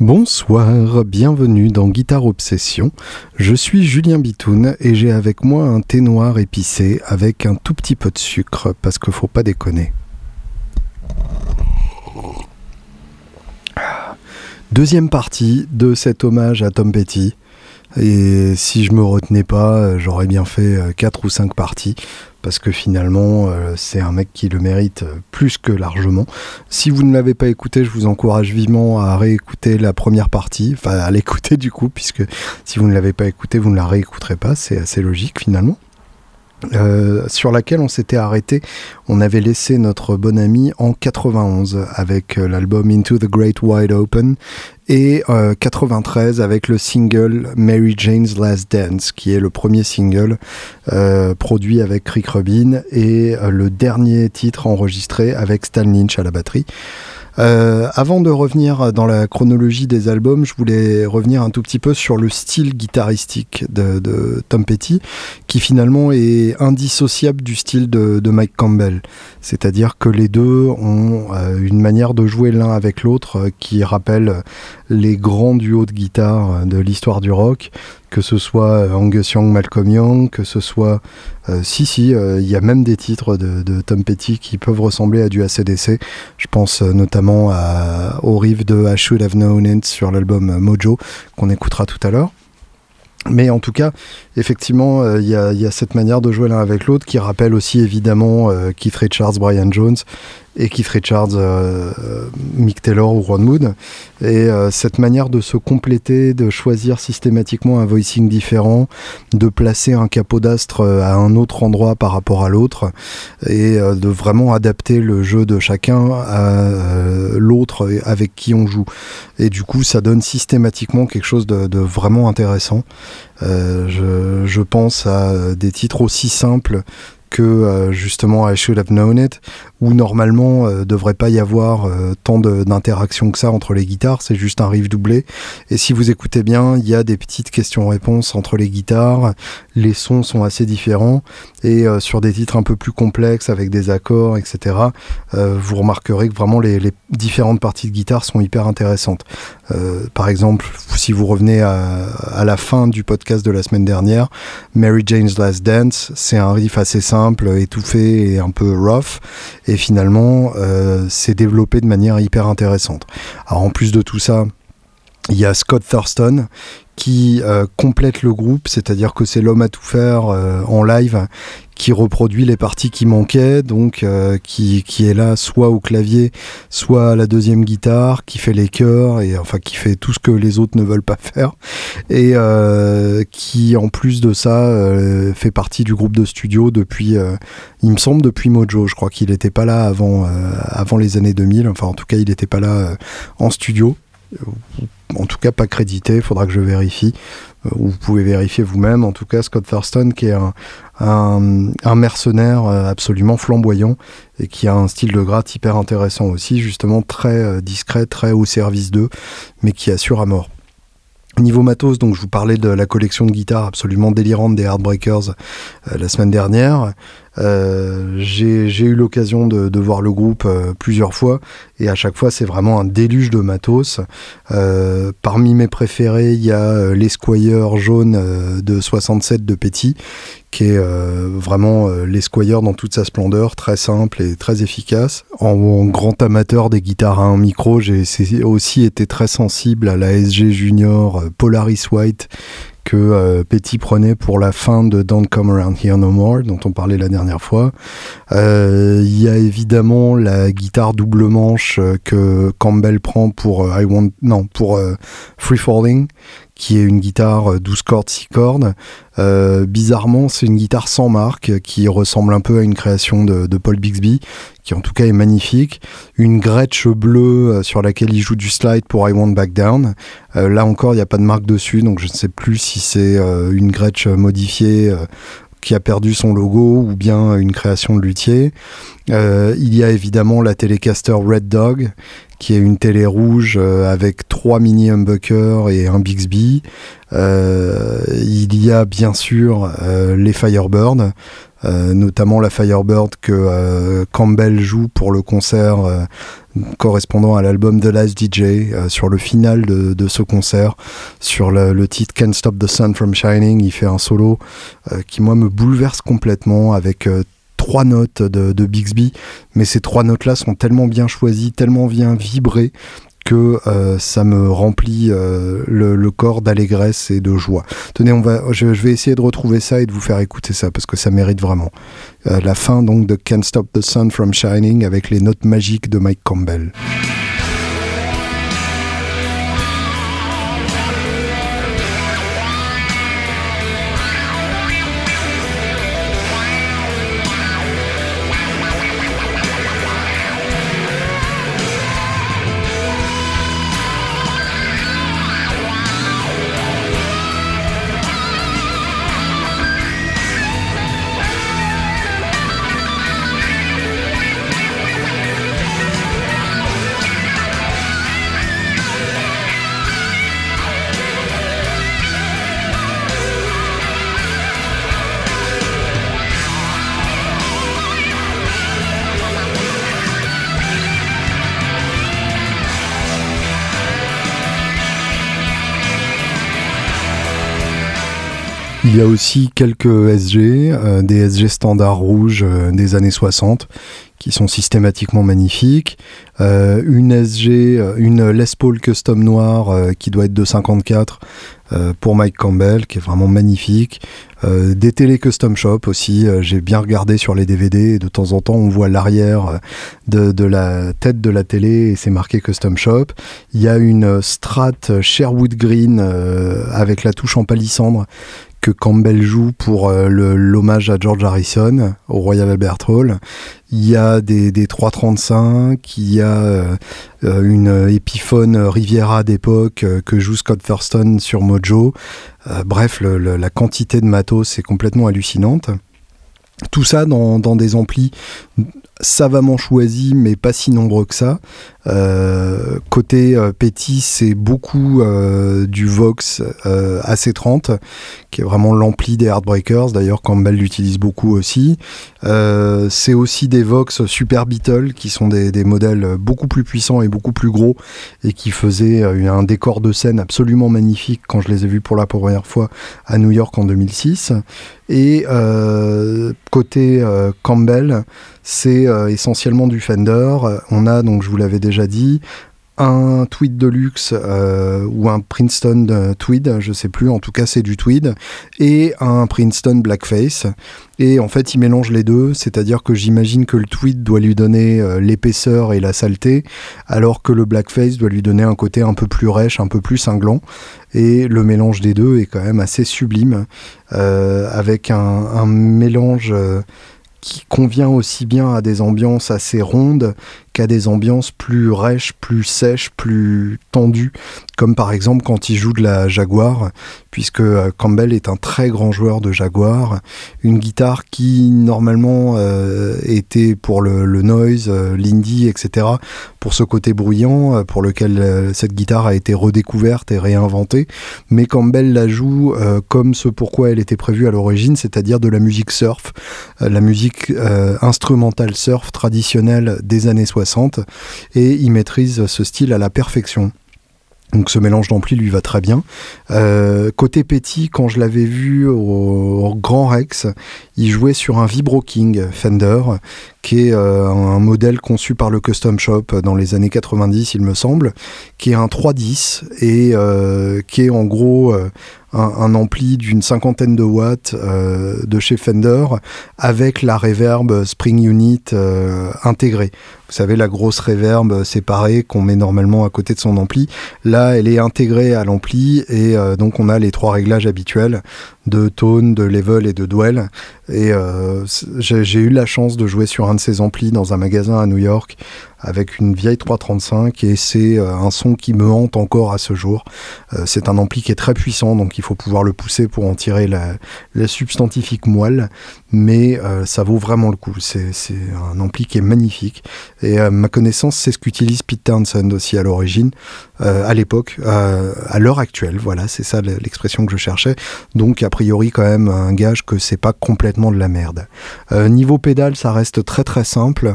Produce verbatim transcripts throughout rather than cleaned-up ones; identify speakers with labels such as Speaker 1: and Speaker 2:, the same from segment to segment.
Speaker 1: Bonsoir, bienvenue dans Guitare Obsession. Je suis Julien Bitoun et j'ai avec moi un thé noir épicé avec un tout petit peu de sucre parce qu'il faut pas déconner. Deuxième partie de cet hommage à Tom Petty. Et si je me retenais pas, j'aurais bien fait quatre ou cinq parties. Parce que finalement, euh, c'est un mec qui le mérite plus que largement. Si vous ne l'avez pas écouté, je vous encourage vivement à réécouter la première partie, enfin à l'écouter du coup, puisque si vous ne l'avez pas écouté, vous ne la réécouterez pas, c'est assez logique finalement. Euh, sur laquelle on s'était arrêté, on avait laissé notre bon ami en quatre-vingt-onze avec euh, l'album Into the Great Wide Open et euh, quatre-vingt-treize avec le single Mary Jane's Last Dance qui est le premier single euh, produit avec Rick Rubin et euh, le dernier titre enregistré avec Stan Lynch à la batterie. Euh, avant de revenir dans la chronologie des albums, je voulais revenir un tout petit peu sur le style guitaristique de, de Tom Petty, qui finalement est indissociable du style de, de Mike Campbell. C'est-à-dire que les deux ont euh, une manière de jouer l'un avec l'autre euh, qui rappelle les grands duos de guitare de l'histoire du rock, que ce soit Angus Young, Malcolm Young, que ce soit... Euh, si, si, il euh, y a même des titres de, de Tom Petty qui peuvent ressembler à du A C D C. Je pense euh, notamment à, au riff de I Should Have Known It sur l'album Mojo, qu'on écoutera tout à l'heure. Mais en tout cas, effectivement, il euh, y, y a cette manière de jouer l'un avec l'autre qui rappelle aussi évidemment euh, Keith Richards, Brian Jones et Keith Richards, euh, Mick Taylor ou Ron Wood. Et euh, cette manière de se compléter, de choisir systématiquement un voicing différent, de placer un capodastre à un autre endroit par rapport à l'autre et euh, de vraiment adapter le jeu de chacun à euh, l'autre avec qui on joue. Et du coup, ça donne systématiquement quelque chose de, de vraiment intéressant. Euh, je, je pense à des titres aussi simples que euh, justement I Should Have Known It, où normalement euh, devrait pas y avoir euh, tant de, d'interaction que ça entre les guitares, c'est juste un riff doublé. Et si vous écoutez bien, il y a des petites questions-réponses entre les guitares, les sons sont assez différents, et euh, sur des titres un peu plus complexes avec des accords, et cetera, euh, vous remarquerez que vraiment les, les différentes parties de guitare sont hyper intéressantes. Euh, par exemple, si vous revenez à, à la fin du podcast de la semaine dernière, Mary Jane's Last Dance, c'est un riff assez simple, étouffé et un peu rough, et finalement euh, c'est développé de manière hyper intéressante. Alors en plus de tout ça, il y a Scott Thurston qui euh, complète le groupe, c'est-à-dire que c'est l'homme à tout faire euh, en live qui reproduit les parties qui manquaient, donc euh, qui, qui est là soit au clavier, soit à la deuxième guitare, qui fait les chœurs, et enfin qui fait tout ce que les autres ne veulent pas faire, et euh, qui en plus de ça euh, fait partie du groupe de studio depuis, euh, il me semble depuis Mojo, je crois qu'il n'était pas là avant, euh, avant les années deux mille, enfin en tout cas il n'était pas là euh, en studio, en tout cas pas crédité, il faudra que je vérifie, ou vous pouvez vérifier vous-même. En tout cas, Scott Thurston qui est un, un, un mercenaire absolument flamboyant et qui a un style de gratte hyper intéressant aussi, justement très discret, très au service d'eux, mais qui assure à mort. Niveau matos, donc je vous parlais de la collection de guitares absolument délirante des Heartbreakers euh, la semaine dernière. Euh, j'ai, j'ai eu l'occasion de, de voir le groupe euh, plusieurs fois et à chaque fois c'est vraiment un déluge de matos. Euh, parmi mes préférés, il y a euh, l'Esquire jaune euh, de soixante-sept de Petty, qui est euh, vraiment euh, l'Esquire dans toute sa splendeur, très simple et très efficace. En, en grand amateur des guitares à un micro, j'ai aussi été très sensible à la S G Junior euh, Polaris White que euh, Petty prenait pour la fin de Don't Come Around Here No More, dont on parlait la dernière fois. Il euh, y a évidemment la guitare double manche euh, que Campbell prend pour euh, I Want, non, pour euh, Free Falling, qui est une guitare douze cordes, six cordes. Euh, bizarrement, c'est une guitare sans marque qui ressemble un peu à une création de, de Paul Bixby, qui en tout cas est magnifique. Une Gretsch bleue euh, sur laquelle il joue du slide pour I Won't Back Down. Euh, là encore, il n'y a pas de marque dessus, donc je ne sais plus si c'est euh, une Gretsch modifiée euh, qui a perdu son logo ou bien une création de luthier. Euh, il y a évidemment la Telecaster Red Dog, qui est une télé rouge euh, avec trois mini humbuckers et un Bixby. Euh, il y a bien sûr euh, les Firebird, euh, notamment la Firebird que euh, Campbell joue pour le concert euh, correspondant à l'album The Last D J, euh, sur le final de, de ce concert, sur le, le titre Can't Stop the Sun from Shining. Il fait un solo euh, qui moi me bouleverse complètement, avec euh, trois notes de, de Bixby, mais ces trois notes-là sont tellement bien choisies, tellement bien vibrées, que euh, ça me remplit euh, le, le corps d'allégresse et de joie. Tenez, on va, je, je vais essayer de retrouver ça et de vous faire écouter ça, parce que ça mérite vraiment. Euh, la fin donc de Can't Stop the Sun from Shining, avec les notes magiques de Mike Campbell. Il y a aussi quelques S G, euh, des S G standards rouges euh, des années soixante, qui sont systématiquement magnifiques. Euh, une S G, euh, une Les Paul Custom noire euh, qui doit être de cinquante-quatre euh, pour Mike Campbell, qui est vraiment magnifique. Euh, des télé Custom Shop aussi, euh, j'ai bien regardé sur les D V D, et de temps en temps on voit l'arrière de, de la tête de la télé et c'est marqué Custom Shop. Il y a une Strat Sherwood Green euh, avec la touche en palissandre que Campbell joue pour euh, le, l'hommage à George Harrison au Royal Albert Hall. Il y a des, des trois trente-cinq, il y a euh, une Epiphone Riviera d'époque euh, que joue Scott Thurston sur Mojo. Euh, bref, le, le, la quantité de matos est complètement hallucinante. Tout ça dans, dans des amplis savamment choisis, mais pas si nombreux que ça. Euh, côté euh, Petty, c'est beaucoup euh, du Vox euh, A C trente, qui est vraiment l'ampli des Heartbreakers. D'ailleurs, Campbell l'utilise beaucoup aussi. Euh, c'est aussi des Vox Super Beatle, qui sont des, des modèles beaucoup plus puissants et beaucoup plus gros, et qui faisaient euh, un décor de scène absolument magnifique quand je les ai vus pour la première fois à New York en deux mille six. Et euh, côté euh, Campbell, c'est euh, essentiellement du Fender. On a, donc je vous l'avais déjà dit, un Tweed Deluxe euh, ou un Princeton euh, Tweed, je sais plus, en tout cas c'est du Tweed, et un Princeton Blackface. Et en fait, il mélange les deux, c'est-à-dire que j'imagine que le Tweed doit lui donner euh, l'épaisseur et la saleté, alors que le Blackface doit lui donner un côté un peu plus rêche, un peu plus cinglant. Et le mélange des deux est quand même assez sublime, euh, avec un, un mélange euh, qui convient aussi bien à des ambiances assez rondes qu'à des ambiances plus rêches, plus sèches, plus tendues, comme par exemple quand il joue de la Jaguar, puisque Campbell est un très grand joueur de Jaguar, une guitare qui normalement euh, était pour le, le noise, euh, l'indie, et cetera, pour ce côté bruyant, euh, pour lequel euh, cette guitare a été redécouverte et réinventée, mais Campbell la joue euh, comme ce pourquoi elle était prévue à l'origine, c'est-à-dire de la musique surf, euh, la musique euh, instrumentale surf traditionnelle des années soixante, et il maîtrise ce style à la perfection. Donc ce mélange d'ampli lui va très bien. Euh, côté Petty, quand je l'avais vu au, au Grand Rex, il jouait sur un Vibro King Fender, qui est euh, un modèle conçu par le Custom Shop dans les années quatre-vingt-dix, il me semble, qui est un trois dix et euh, qui est en gros euh, un, un ampli d'une cinquantaine de watts euh, de chez Fender, avec la reverb Spring Unit euh, intégrée. Vous savez, la grosse reverb séparée qu'on met normalement à côté de son ampli. Là, elle est intégrée à l'ampli, et euh, donc on a les trois réglages habituels de tone, de level et de dwell. Et euh, j'ai, j'ai eu la chance de jouer sur un de ces amplis dans un magasin à New York avec une vieille trois trente-cinq, et c'est euh, un son qui me hante encore à ce jour. Euh, c'est un ampli qui est très puissant, donc il faut pouvoir le pousser pour en tirer la, la substantifique moelle, mais euh, ça vaut vraiment le coup. C'est, c'est un ampli qui est magnifique, et à ma connaissance, c'est ce qu'utilise Pete Townshend aussi à l'origine, euh, à l'époque, euh, à l'heure actuelle, voilà, c'est ça l'expression que je cherchais, donc a priori quand même un gage que c'est pas complètement de la merde. Euh, niveau pédale, ça reste très très simple.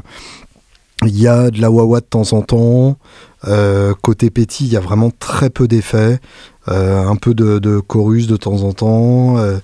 Speaker 1: Il y a de la wah-wah de temps en temps. Euh, côté Petty, il y a vraiment très peu d'effets. Euh, un peu de, de chorus de temps en temps. Euh,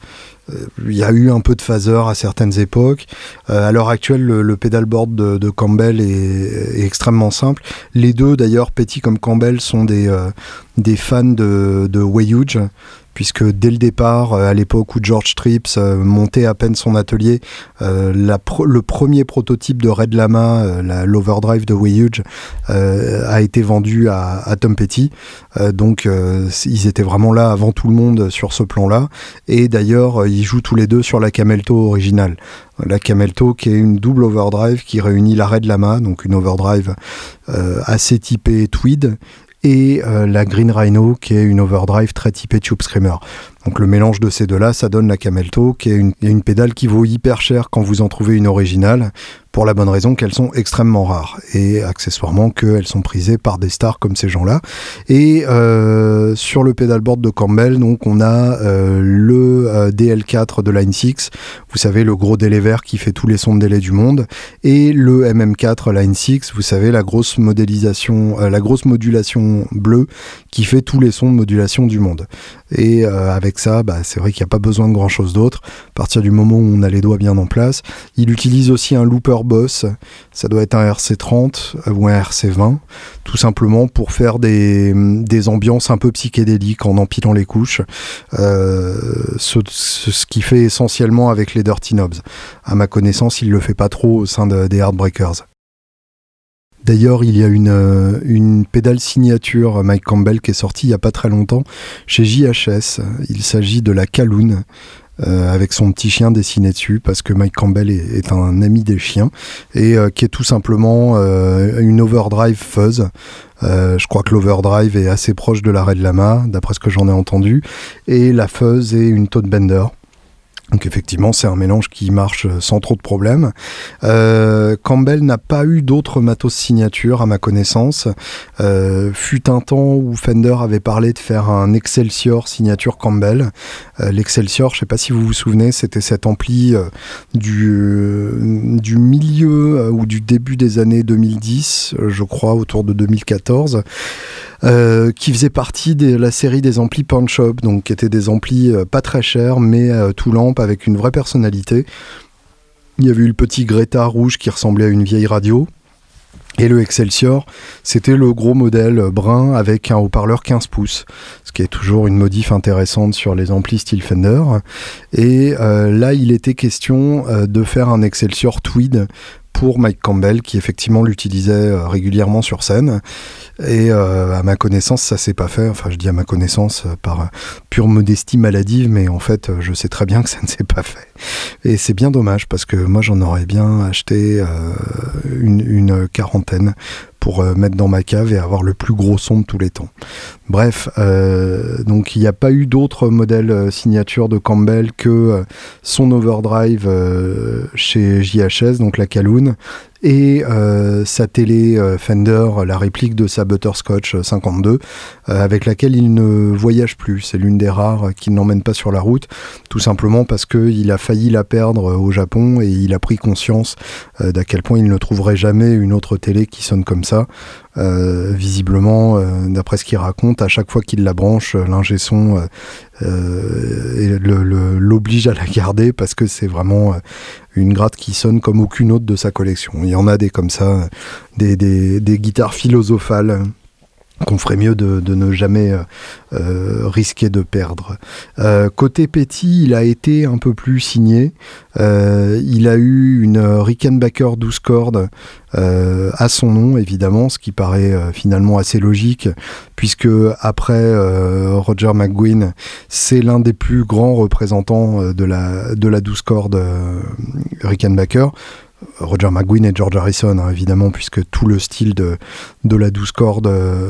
Speaker 1: il y a eu un peu de phaser à certaines époques. Euh, à l'heure actuelle, le, le pedalboard de, de Campbell est, est extrêmement simple. Les deux, d'ailleurs, Petty comme Campbell, sont des, euh, des fans de, de Wayuge, puisque dès le départ, à l'époque où George Trips euh, montait à peine son atelier, euh, la pro- le premier prototype de Red Lama, euh, la, l'Overdrive de Wayuge, euh, a été vendu à, à Tom Petty. Euh, donc euh, ils étaient vraiment là avant tout le monde sur ce plan-là. Et d'ailleurs, ils jouent tous les deux sur la Camelto originale. La Camelto qui est une double overdrive qui réunit la Red Lama, donc une overdrive euh, assez typée tweed, et euh, la Green Rhino qui est une overdrive très typée Tube Screamer. Donc le mélange de ces deux-là, ça donne la Camelto, qui est une, une pédale qui vaut hyper cher quand vous en trouvez une originale, pour la bonne raison qu'elles sont extrêmement rares, et accessoirement qu'elles sont prisées par des stars comme ces gens-là. Et euh, sur le pedalboard de Campbell, donc on a euh, le euh, D L quatre de Line six, vous savez, le gros délai vert qui fait tous les sons de délai du monde, et le M M quatre Line six, vous savez, la grosse modélisation, euh, la grosse modulation bleue qui fait tous les sons de modulation du monde. Et euh, avec ça, bah, c'est vrai qu'il n'y a pas besoin de grand chose d'autre. À partir du moment où on a les doigts bien en place, il utilise aussi un looper Boss, ça doit être un R C trente ou un R C vingt, tout simplement pour faire des, des ambiances un peu psychédéliques en empilant les couches, euh, ce, ce qui fait essentiellement avec les Dirty Knobs. À ma connaissance, il le fait pas trop au sein de, des Heartbreakers. D'ailleurs, il y a une, une pédale signature Mike Campbell qui est sortie il n'y a pas très longtemps chez J H S. Il s'agit de la Kaloon, euh, avec son petit chien dessiné dessus, parce que Mike Campbell est, est un ami des chiens, et euh, qui est tout simplement euh, une overdrive fuzz. Euh, je crois que l'overdrive est assez proche de la Red Lama, d'après ce que j'en ai entendu, et la fuzz est une Toad Bender. Donc effectivement, c'est un mélange qui marche sans trop de problèmes. Euh, Campbell n'a pas eu d'autres matos signature à ma connaissance. Euh, fut un temps où Fender avait parlé de faire un Excelsior signature Campbell. Euh, L'Excelsior, je ne sais pas si vous vous souvenez, c'était cet ampli euh, du, euh, du milieu euh, ou du début des années deux mille dix, euh, je crois, autour de deux mille quatorze. Euh, qui faisait partie de la série des amplis Punch Up, donc qui étaient des amplis euh, pas très chers, mais euh, tout lampe avec une vraie personnalité. Il y avait eu le petit Greta rouge qui ressemblait à une vieille radio. Et le Excelsior, c'était le gros modèle brun avec un haut-parleur quinze pouces, ce qui est toujours une modif intéressante sur les amplis style Fender. Et euh, là, il était question euh, de faire un Excelsior tweed pour Mike Campbell, qui effectivement l'utilisait euh, régulièrement sur scène. Et euh, à ma connaissance, ça s'est pas fait. Enfin, je dis à ma connaissance euh, par euh, pure modestie maladive, mais en fait, euh, je sais très bien que ça ne s'est pas fait. Et c'est bien dommage, parce que moi, j'en aurais bien acheté euh, une, une quarantaine pour euh, mettre dans ma cave et avoir le plus gros son de tous les temps. Bref, euh, donc il n'y a pas eu d'autres modèles euh, signature de Campbell que euh, son overdrive euh, chez J H S, donc la Kaloon, et euh, sa télé euh, Fender, la réplique de sa Butterscotch cinquante-deux, euh, avec laquelle il ne voyage plus. C'est l'une des rares euh, qui n'emmène pas sur la route, tout simplement parce qu'il a failli la perdre euh, au Japon, et il a pris conscience euh, d'à quel point il ne trouverait jamais une autre télé qui sonne comme ça. Euh, visiblement, euh, d'après ce qu'il raconte, à chaque fois qu'il la branche, l'ingé son euh, euh, le, le, l'oblige à la garder, parce que c'est vraiment euh, une gratte qui sonne comme aucune autre de sa collection. Il y en a des comme ça, des, des, des guitares philosophales qu'on ferait mieux de, de ne jamais euh, risquer de perdre. Euh, côté Petty, il a été un peu plus signé. Euh, il a eu une Rickenbacker douze cordes euh, à son nom, évidemment, ce qui paraît euh, finalement assez logique, puisque après euh, Roger McGuinn, c'est l'un des plus grands représentants de la, de la douze cordes euh, Rickenbacker. Roger McGuinn et George Harrison, hein, évidemment, puisque tout le style de, de la douze cordes euh,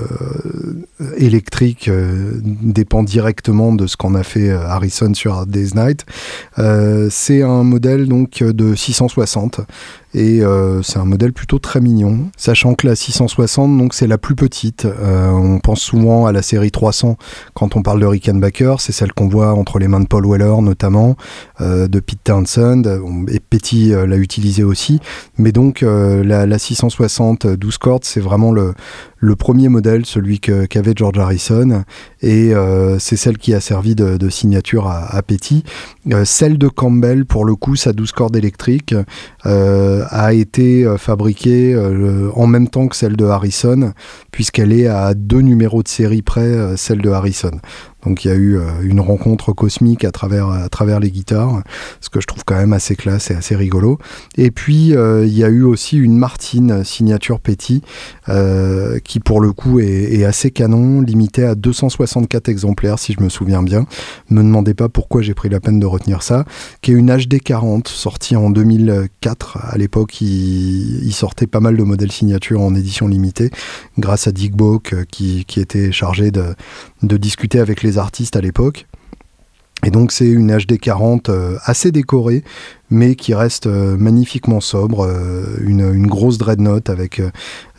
Speaker 1: électrique euh, dépend directement de ce qu'en a fait Harrison sur Hard Day's Night. Euh, c'est un modèle donc de six cent soixante et euh, c'est un modèle plutôt très mignon, sachant que la six cent soixante donc c'est la plus petite. Euh, on pense souvent à la série trois cents quand on parle de Rickenbacker, c'est celle qu'on voit entre les mains de Paul Weller notamment, euh, de Pete Townsend, et Petty euh, l'a utilisé aussi, mais donc euh, la, la six cent soixante douze cordes c'est vraiment le le premier modèle, celui que, qu'avait George Harrison, et euh, c'est celle qui a servi de, de signature à, à Petty. Euh, celle de Campbell, pour le coup, sa douze cordes électrique, euh, a été fabriquée euh, en même temps que celle de Harrison, puisqu'elle est à deux numéros de série près, euh, celle de Harrison. Donc il y a eu euh, une rencontre cosmique à travers, à travers les guitares, ce que je trouve quand même assez classe et assez rigolo. Et puis euh, il y a eu aussi une Martin signature Petty, euh, qui pour le coup est, est assez canon, limitée à deux cent soixante-quatre exemplaires si je me souviens bien. Me demandez pas pourquoi j'ai pris la peine de retenir ça, qui est une H D quarante sortie en deux mille quatre. À l'époque il, il sortait pas mal de modèles signature en édition limitée, grâce à Dick Boak qui, qui était chargé de, de discuter avec les artistes à l'époque. Et donc c'est une H D quarante euh, assez décorée, mais qui reste euh, magnifiquement sobre, euh, une, une grosse dreadnought avec, euh,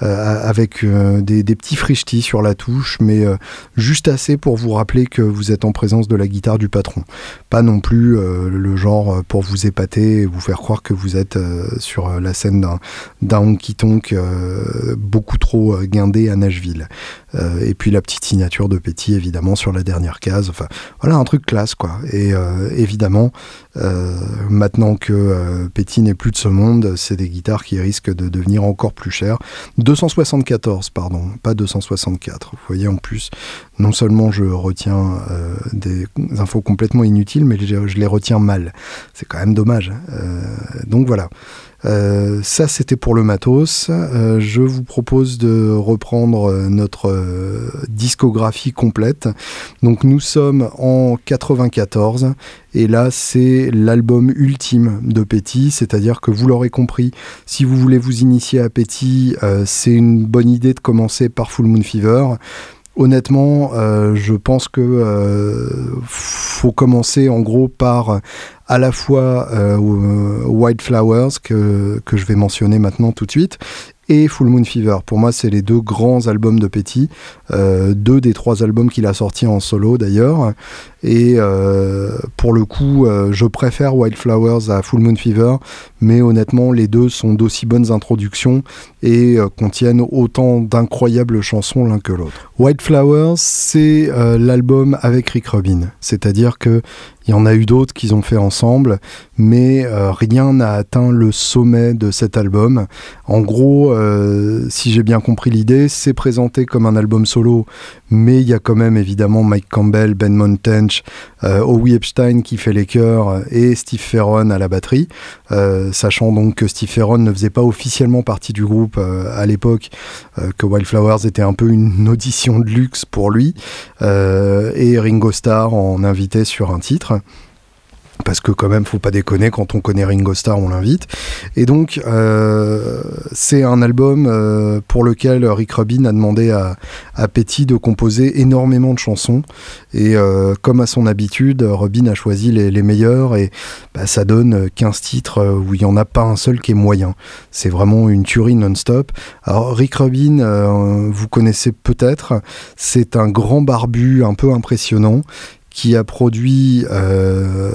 Speaker 1: avec euh, des, des petits frichtis sur la touche, mais euh, juste assez pour vous rappeler que vous êtes en présence de la guitare du patron. Pas non plus euh, le genre pour vous épater et vous faire croire que vous êtes euh, sur la scène d'un, d'un honky-tonk euh, beaucoup trop euh, guindé à Nashville. Euh, et puis la petite signature de Petty, évidemment, sur la dernière case. Enfin, voilà, un truc classe, quoi. Et euh, évidemment, euh, maintenant que euh, Petty n'est plus de ce monde, c'est des guitares qui risquent de devenir encore plus chères. deux cent soixante-quatorze, pardon, pas deux cent soixante-quatre. Vous voyez, en plus, non seulement je retiens euh, des infos complètement inutiles, mais je, je les retiens mal. C'est quand même dommage. Euh, donc voilà. Euh, ça c'était pour le matos. Euh, je vous propose de reprendre notre euh, discographie complète. Donc nous sommes en quatre-vingt-quatorze et là c'est l'album ultime de Petty, c'est-à-dire que vous l'aurez compris, si vous voulez vous initier à Petty, euh, c'est une bonne idée de commencer par Full Moon Fever. Honnêtement, euh, je pense que euh, faut commencer en gros par à la fois euh, White Flowers que, que je vais mentionner maintenant tout de suite et Full Moon Fever. Pour moi, c'est les deux grands albums de Petty, euh, deux des trois albums qu'il a sortis en solo d'ailleurs. Et euh, pour le coup, euh, je préfère White Flowers à Full Moon Fever, mais honnêtement, les deux sont d'aussi bonnes introductions et euh, contiennent autant d'incroyables chansons l'un que l'autre. White Flowers, c'est euh, l'album avec Rick Rubin, c'est-à-dire que il y en a eu d'autres qu'ils ont fait ensemble, mais euh, rien n'a atteint le sommet de cet album. En gros, euh, si j'ai bien compris l'idée, c'est présenté comme un album solo, mais il y a quand même évidemment Mike Campbell, Ben Montench, euh, Howie Epstein qui fait les chœurs et Steve Ferron à la batterie, euh, sachant donc que Steve Ferron ne faisait pas officiellement partie du groupe euh, à l'époque, euh, que Wildflowers était un peu une audition de luxe pour lui, euh, et Ringo Starr en invitait sur un titre. Parce que quand même, faut pas déconner, quand on connaît Ringo Starr, on l'invite. Et donc, euh, c'est un album euh, pour lequel Rick Rubin a demandé à, à Petty de composer énormément de chansons. Et euh, comme à son habitude, Rubin a choisi les, les meilleurs et bah, ça donne quinze titres où il n'y en a pas un seul qui est moyen. C'est vraiment une tuerie non-stop. Alors, Rick Rubin, euh, vous connaissez peut-être, c'est un grand barbu un peu impressionnant qui a produit euh,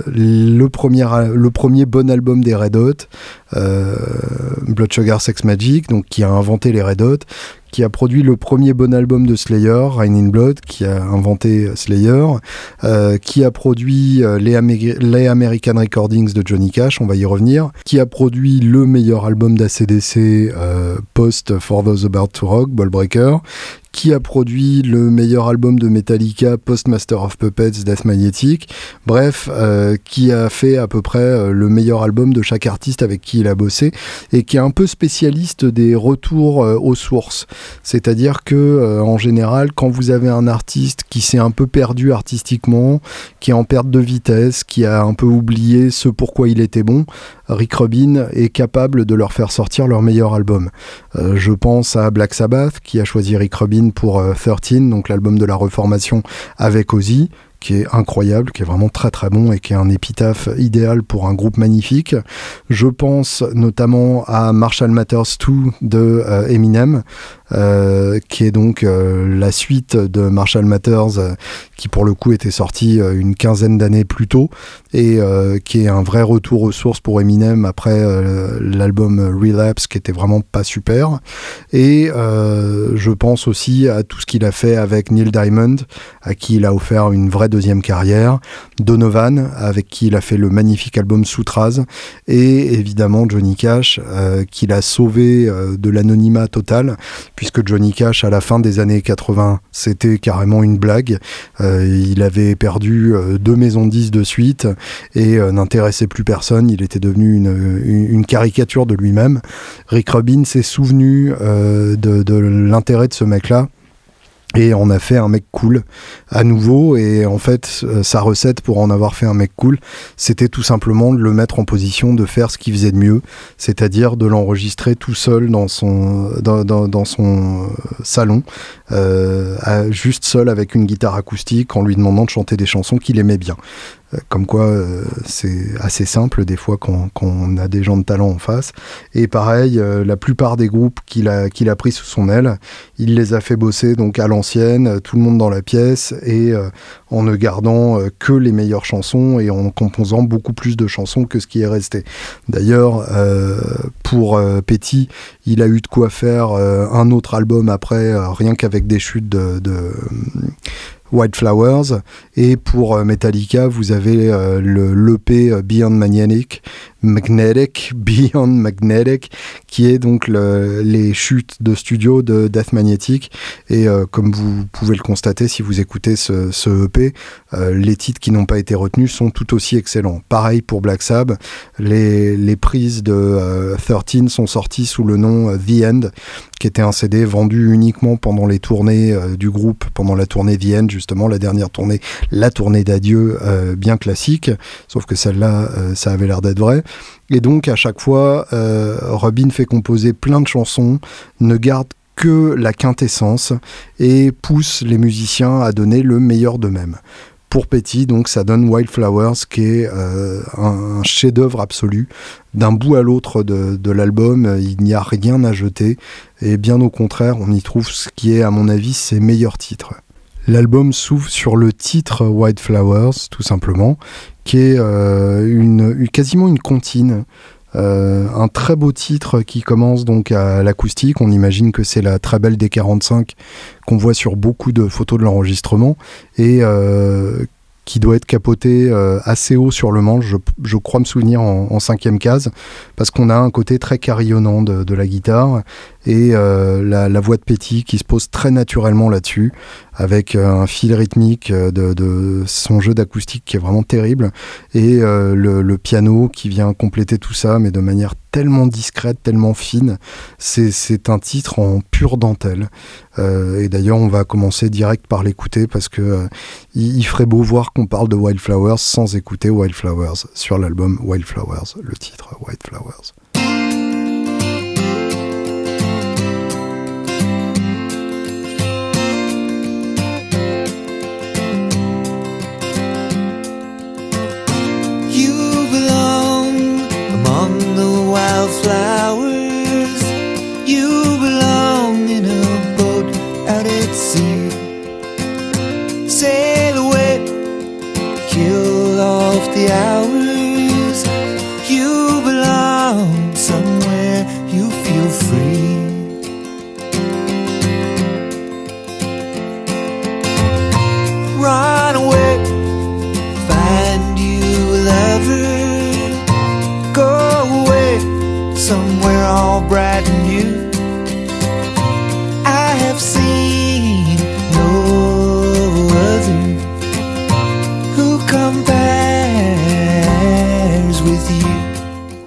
Speaker 1: le, premier, le premier bon album des Red Hot, euh, Blood Sugar Sex Magik, donc qui a inventé les Red Hot, qui a produit le premier bon album de Slayer, Rain in Blood, qui a inventé Slayer, euh, qui a produit euh, les, Amé- les American Recordings de Johnny Cash, on va y revenir, qui a produit le meilleur album d'A C D C euh, post For Those About to Rock, Ball Breaker, qui a produit le meilleur album de Metallica post-Master of Puppets, Death Magnetic, bref, euh, qui a fait à peu près euh, le meilleur album de chaque artiste avec qui il a bossé, et qui est un peu spécialiste des retours euh, aux sources. C'est-à-dire que euh, en général, quand vous avez un artiste qui s'est un peu perdu artistiquement, qui est en perte de vitesse, qui a un peu oublié ce pourquoi il était bon, Rick Rubin est capable de leur faire sortir leur meilleur album. Euh, je pense à Black Sabbath, qui a choisi Rick Rubin pour euh, treize, donc l'album de la reformation avec Ozzy, qui est incroyable, qui est vraiment très très bon et qui est un épitaphe idéal pour un groupe magnifique. Je pense notamment à Marshall Mathers deux de euh, Eminem, euh, qui est donc euh, la suite de Marshall Mathers, euh, qui pour le coup était sorti euh, une quinzaine d'années plus tôt, et euh, qui est un vrai retour aux sources pour Eminem après euh, l'album Relapse, qui était vraiment pas super. Et euh, je pense aussi à tout ce qu'il a fait avec Neil Diamond, à qui il a offert une vraie deuxième carrière, Donovan, avec qui il a fait le magnifique album Sutras, et évidemment Johnny Cash, euh, qui l'a sauvé euh, de l'anonymat total, puisque Johnny Cash, à la fin des années quatre-vingts, c'était carrément une blague. Euh, il avait perdu euh, deux maisons de disques de suite, et euh, n'intéressait plus personne, il était devenu une, une, une caricature de lui-même. Rick Rubin s'est souvenu euh, de, de l'intérêt de ce mec-là, et on a fait un mec cool à nouveau, et en fait euh, sa recette pour en avoir fait un mec cool, c'était tout simplement de le mettre en position de faire ce qu'il faisait de mieux, c'est-à-dire de l'enregistrer tout seul dans son, dans, dans, dans son salon, euh, à, juste seul avec une guitare acoustique, en lui demandant de chanter des chansons qu'il aimait bien. Comme quoi, euh, c'est assez simple des fois quand, quand on a des gens de talent en face. Et pareil, euh, la plupart des groupes qu'il a, qu'il a pris sous son aile, il les a fait bosser donc à l'ancienne, tout le monde dans la pièce, et euh, en ne gardant euh, que les meilleures chansons et en composant beaucoup plus de chansons que ce qui est resté. D'ailleurs, euh, pour euh, Petty, il a eu de quoi faire euh, un autre album après, euh, rien qu'avec des chutes de... de White Flowers, et pour Metallica vous avez euh, le l'E P Beyond Magnetic, Magnetic, Beyond Magnetic, qui est donc le, les chutes de studio de Death Magnetic, et euh, comme vous pouvez le constater si vous écoutez ce, ce E P, euh, les titres qui n'ont pas été retenus sont tout aussi excellents. Pareil pour Black Sabbath, les, les prises de euh, treize sont sorties sous le nom euh, The End, qui était un C D vendu uniquement pendant les tournées euh, du groupe, pendant la tournée The End, justement, la dernière tournée, la tournée d'adieu euh, bien classique, sauf que celle-là, euh, ça avait l'air d'être vrai. Et donc, à chaque fois, euh, Rubin fait composer plein de chansons, ne garde que la quintessence et pousse les musiciens à donner le meilleur d'eux-mêmes. Pour Petty, donc, ça donne Wildflowers, qui est euh, un, un chef-d'œuvre absolu. D'un bout à l'autre de, de l'album, il n'y a rien à jeter, et bien au contraire, on y trouve ce qui est, à mon avis, ses meilleurs titres. L'album s'ouvre sur le titre White Flowers, tout simplement, qui est euh, une, une, quasiment une comptine. Euh, un très beau titre qui commence donc à l'acoustique. On imagine que c'est la très belle D quarante-cinq qu'on voit sur beaucoup de photos de l'enregistrement, et euh, qui doit être capoté euh, assez haut sur le manche, je, je crois me souvenir en, en cinquième case, parce qu'on a un côté très carillonnant de, de la guitare, et euh, la, la voix de Petty qui se pose très naturellement là-dessus, avec euh, un fil rythmique de, de son jeu d'acoustique qui est vraiment terrible, et euh, le, le piano qui vient compléter tout ça, mais de manière tellement discrète, tellement fine. C'est, c'est un titre en pure dentelle. Euh, et d'ailleurs, on va commencer direct par l'écouter, parce que euh, il, il ferait beau voir qu'on parle de Wildflowers sans écouter Wildflowers sur l'album Wildflowers, le titre Wildflowers.
Speaker 2: Wildflowers, you belong in a boat out at sea. Sail away, kill off the hours. You belong somewhere you feel free. Run away, find you a lover. Somewhere all bright and new. I have seen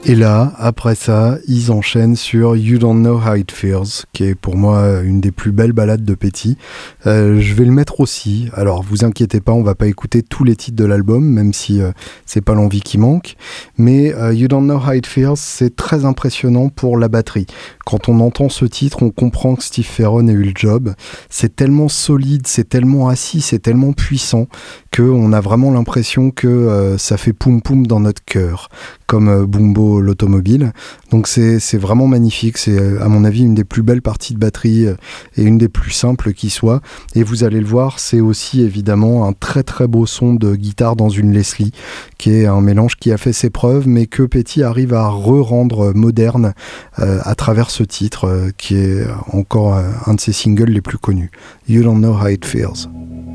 Speaker 1: Et là, après ça, ils enchaînent sur You Don't Know How It Feels, qui est pour moi une des plus belles ballades de Petty. Euh, je vais le mettre aussi. Alors, vous inquiétez pas, on va pas écouter tous les titres de l'album, même si euh, c'est pas l'envie qui manque. Mais euh, You Don't Know How It Feels, c'est très impressionnant pour la batterie. Quand on entend ce titre, on comprend que Steve Ferron a eu le job. C'est tellement solide, c'est tellement assis, c'est tellement puissant qu'on a vraiment l'impression que euh, ça fait poum poum dans notre cœur, comme euh, Bumbo l'automobile. Donc c'est, c'est vraiment magnifique, c'est à mon avis une des plus belles parties de batterie euh, et une des plus simples qui soit. Et vous allez le voir, c'est aussi évidemment un très très beau son de guitare dans une Leslie, qui est un mélange qui a fait ses preuves, mais que Petty arrive à re-rendre moderne euh, à travers ce titre, euh, qui est encore euh, un de ses singles les plus connus. You Don't Know How It Feels.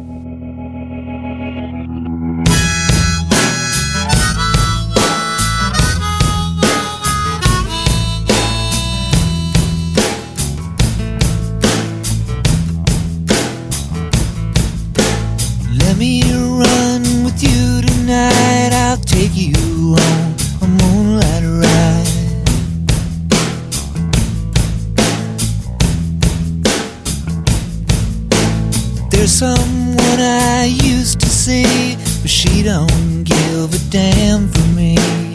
Speaker 2: Let me run with you tonight. I'll take you on a moonlight ride. There's someone I used to see, but she don't give a damn for me.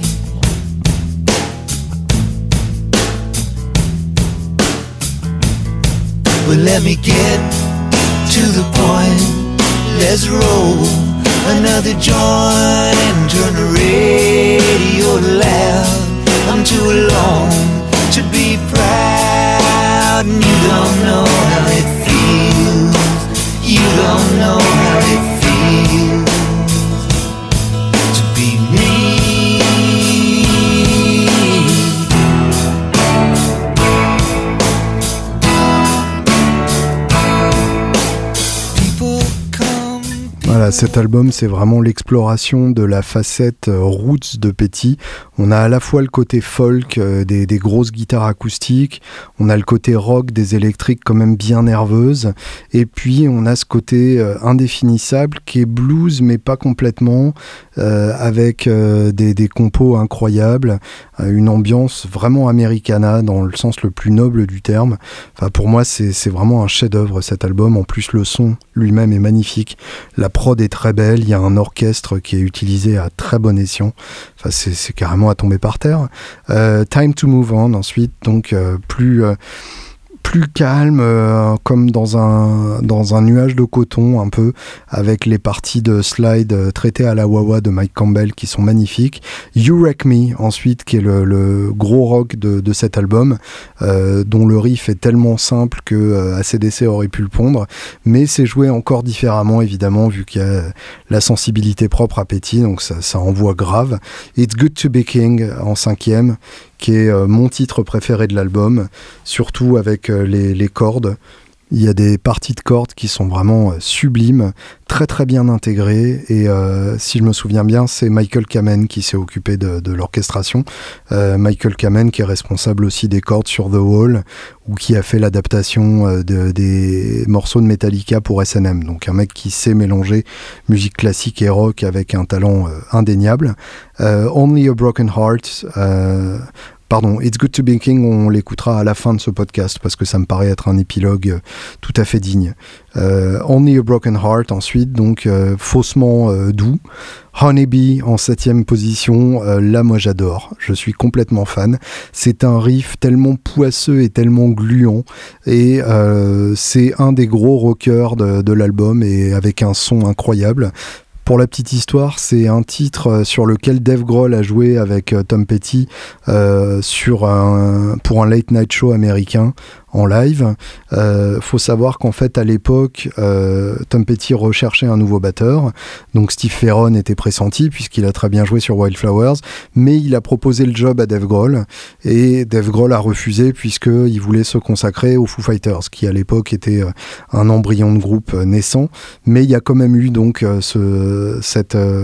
Speaker 2: But let me get to the point. Let's roll another joint and turn the radio loud. I'm too alone to be proud, and you don't know how it feels. You don't know how it feels to be me.
Speaker 1: Voilà, cet album, c'est vraiment l'exploration de la facette euh, roots de Petty. On a à la fois le côté folk, euh, des, des grosses guitares acoustiques, on a le côté rock, des électriques quand même bien nerveuses, et puis on a ce côté euh, indéfinissable qui est blues, mais pas complètement, euh, avec euh, des, des compos incroyables, euh, une ambiance vraiment americana dans le sens le plus noble du terme. Enfin, pour moi, c'est, c'est vraiment un chef-d'œuvre cet album. En plus, le son lui-même est magnifique. La prod est très belle, il y a un orchestre qui est utilisé à très bon escient. Enfin, c'est, c'est carrément à tomber par terre. Euh, Time to Move On, ensuite, donc euh, plus... Euh, plus calme, euh, comme dans un, dans un nuage de coton un peu, avec les parties de slide euh, traitées à la wah-wah de Mike Campbell qui sont magnifiques. You Wreck Me, ensuite, qui est le, le gros rock de, de cet album, euh, dont le riff est tellement simple que euh, A C D C aurait pu le pondre, mais c'est joué encore différemment, évidemment, vu qu'il y a la sensibilité propre à Petty, donc ça, ça envoie grave. It's Good to Be King, en cinquième, qui est euh, mon titre préféré de l'album, surtout avec euh, les, les cordes. Il y a des parties de cordes qui sont vraiment euh, sublimes, très très bien intégrées, et euh, si je me souviens bien, c'est Michael Kamen qui s'est occupé de, de l'orchestration. Euh, Michael Kamen qui est responsable aussi des cordes sur The Wall, ou qui a fait l'adaptation euh, de, des morceaux de Metallica pour S and M. Donc un mec qui sait mélanger musique classique et rock avec un talent euh, indéniable. Euh, Only a Broken Heart... Euh, Pardon, It's Good to Be King, on l'écoutera à la fin de ce podcast parce que ça me paraît être un épilogue euh, tout à fait digne. Euh, Only a Broken Heart ensuite, donc euh, faussement euh, doux. Honeybee en septième position, euh, là moi j'adore, je suis complètement fan. C'est un riff tellement poisseux et tellement gluant, et euh, c'est un des gros rockers de, de l'album, et avec un son incroyable. Pour la petite histoire, c'est un titre sur lequel Dave Grohl a joué avec Tom Petty euh, sur un, pour un late night show américain en live. Euh, faut savoir qu'en fait à l'époque, euh, Tom Petty recherchait un nouveau batteur, donc Steve Ferron était pressenti puisqu'il a très bien joué sur Wildflowers, mais il a proposé le job à Dave Grohl, et Dave Grohl a refusé puisqu'il voulait se consacrer aux Foo Fighters, qui à l'époque était un embryon de groupe naissant, mais il y a quand même eu donc ce, cette,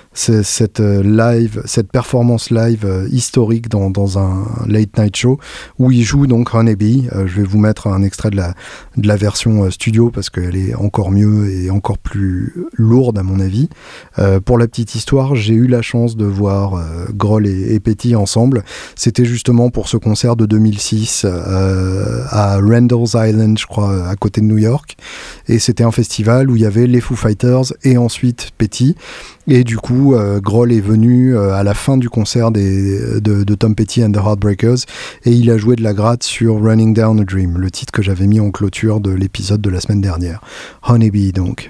Speaker 1: c'est cette live, cette performance live euh, historique dans, dans un late night show où il joue donc Honeybee. Euh, je vais vous mettre un extrait de la, de la version euh, studio parce qu'elle est encore mieux et encore plus lourde à mon avis. Euh, pour la petite histoire, j'ai eu la chance de voir euh, Grohl et, et Petty ensemble. C'était justement pour ce concert de deux mille six euh, à Randall's Island, je crois, à côté de New York. Et c'était un festival où il y avait les Foo Fighters et ensuite Petty. Et du coup, euh, Grohl est venu euh, à la fin du concert des, de, de Tom Petty and the Heartbreakers et il a joué de la gratte sur Running Down a Dream, le titre que j'avais mis en clôture de l'épisode de la semaine dernière. Honeybee donc.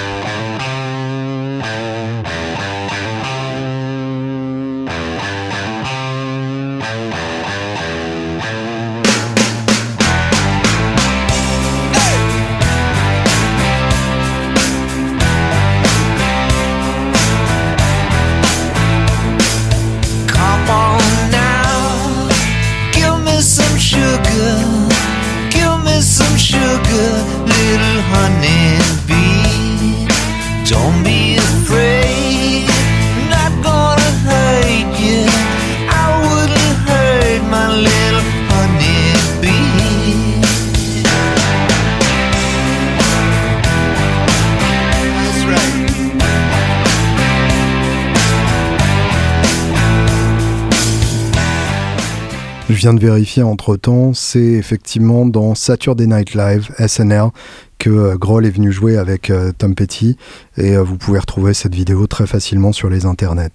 Speaker 1: Je viens de vérifier entre-temps, c'est effectivement dans Saturday Night Live, S N L, que euh, Grohl est venu jouer avec euh, Tom Petty, et euh, vous pouvez retrouver cette vidéo très facilement sur les internets.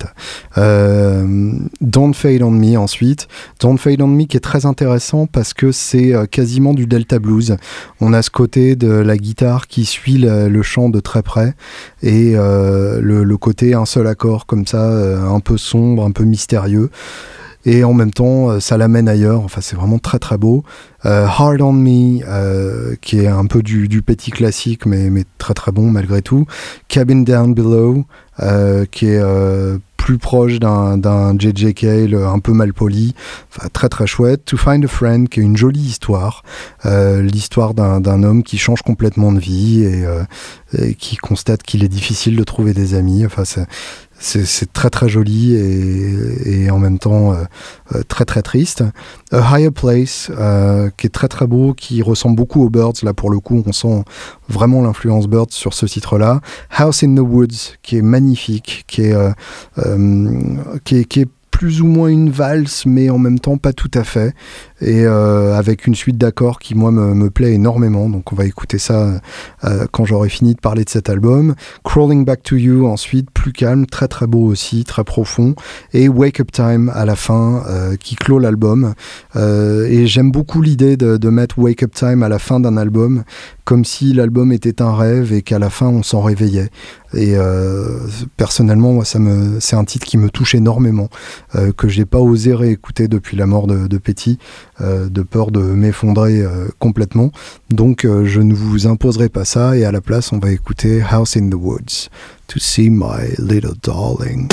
Speaker 1: Euh, Don't Fade on Me ensuite. Don't Fade on Me qui est très intéressant parce que c'est euh, quasiment du Delta Blues. On a ce côté de la guitare qui suit le, le chant de très près, et euh, le, le côté un seul accord comme ça, euh, un peu sombre, un peu mystérieux. Et en même temps, ça l'amène ailleurs. Enfin, c'est vraiment très très beau. Euh, Hard on Me, euh, qui est un peu du, du Petty classique, mais, mais très très bon malgré tout. Cabin Down Below, euh, qui est euh, plus proche d'un, d'un J J Cale un peu mal poli. Enfin, très très chouette. To Find a Friend, qui est une jolie histoire. Euh, l'histoire d'un, d'un homme qui change complètement de vie et, euh, et qui constate qu'il est difficile de trouver des amis. Enfin, c'est C'est, c'est très très joli et, et en même temps euh, euh, très très triste. A Higher Place, euh, qui est très très beau, qui ressemble beaucoup aux Birds. Là pour le coup, on sent vraiment l'influence Birds sur ce titre-là. House in the Woods, qui est magnifique, qui est, euh, euh, qui est, qui est plus ou moins une valse, mais en même temps pas tout à fait, et euh, avec une suite d'accords qui moi me, me plaît énormément, donc on va écouter ça euh, quand j'aurai fini de parler de cet album. Crawling Back to You ensuite, plus calme, très très beau aussi, très profond, et Wake Up Time à la fin euh, qui clôt l'album, euh, et j'aime beaucoup l'idée de, de mettre Wake Up Time à la fin d'un album, comme si l'album était un rêve et qu'à la fin on s'en réveillait. Et euh, personnellement, moi, ça me, c'est un titre qui me touche énormément, euh, que j'ai pas osé réécouter depuis la mort de, de Petty, euh, de peur de m'effondrer euh, complètement. Donc, euh, je ne vous imposerai pas ça, et à la place, on va écouter House in the Woods, To See My Little Darling.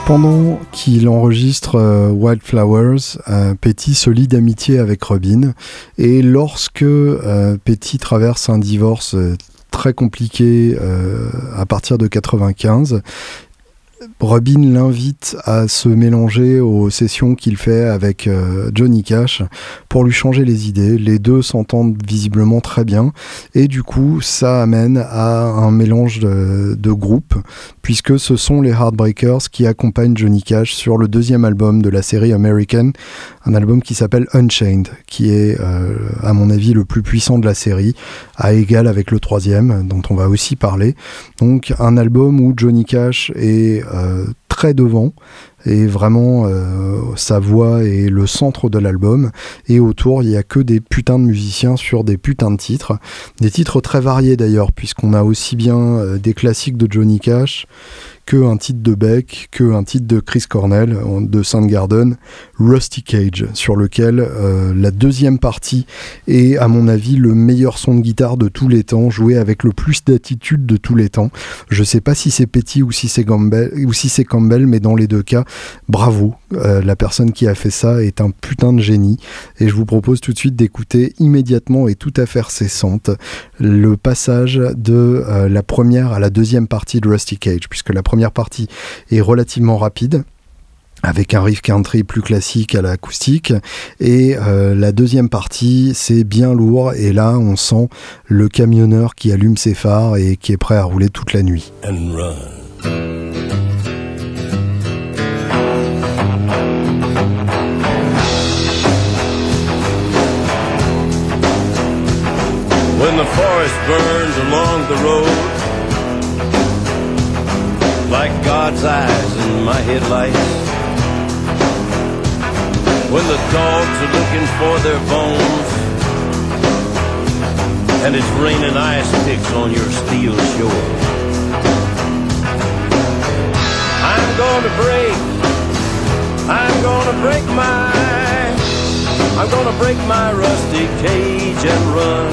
Speaker 1: Pendant qu'il enregistre euh, Wildflowers, euh, Petty se lie d'amitié avec Robin, et lorsque euh, Petty traverse un divorce euh, très compliqué euh, à partir de quatre-vingt-quinze, Robin l'invite à se mélanger aux sessions qu'il fait avec euh, Johnny Cash pour lui changer les idées. Les deux s'entendent visiblement très bien et du coup ça amène à un mélange de, de groupes, puisque ce sont les Heartbreakers qui accompagnent Johnny Cash sur le deuxième album de la série American, un album qui s'appelle Unchained, qui est euh, à mon avis le plus puissant de la série, à égal avec le troisième dont on va aussi parler. Donc un album où Johnny Cash est Euh, très devant et vraiment euh, sa voix est le centre de l'album, et autour il n'y a que des putains de musiciens sur des putains de titres, des titres très variés d'ailleurs, puisqu'on a aussi bien euh, des classiques de Johnny Cash que un titre de Beck, que un titre de Chris Cornell de Soundgarden, Rusty Cage, sur lequel euh, la deuxième partie est à mon avis le meilleur son de guitare de tous les temps, joué avec le plus d'attitude de tous les temps. Je sais pas si c'est Petty ou si c'est Campbell, ou si c'est Campbell, mais dans les deux cas, bravo. Euh, la personne qui a fait ça est un putain de génie, et je vous propose tout de suite d'écouter immédiatement et tout à fait cessante le passage de euh, la première à la deuxième partie de Rusty Cage, puisque la première partie est relativement rapide, avec un riff country plus classique à l'acoustique, et euh, la deuxième partie c'est bien lourd, et là on sent le camionneur qui allume ses phares et qui est prêt à rouler toute la nuit.
Speaker 3: And run. When the forest burns along the road, like God's eyes in my headlights, when the dogs are looking for their bones, and it's raining ice picks on your steel shore, I'm gonna break, I'm gonna break my, I'm gonna break my rusty cage and run.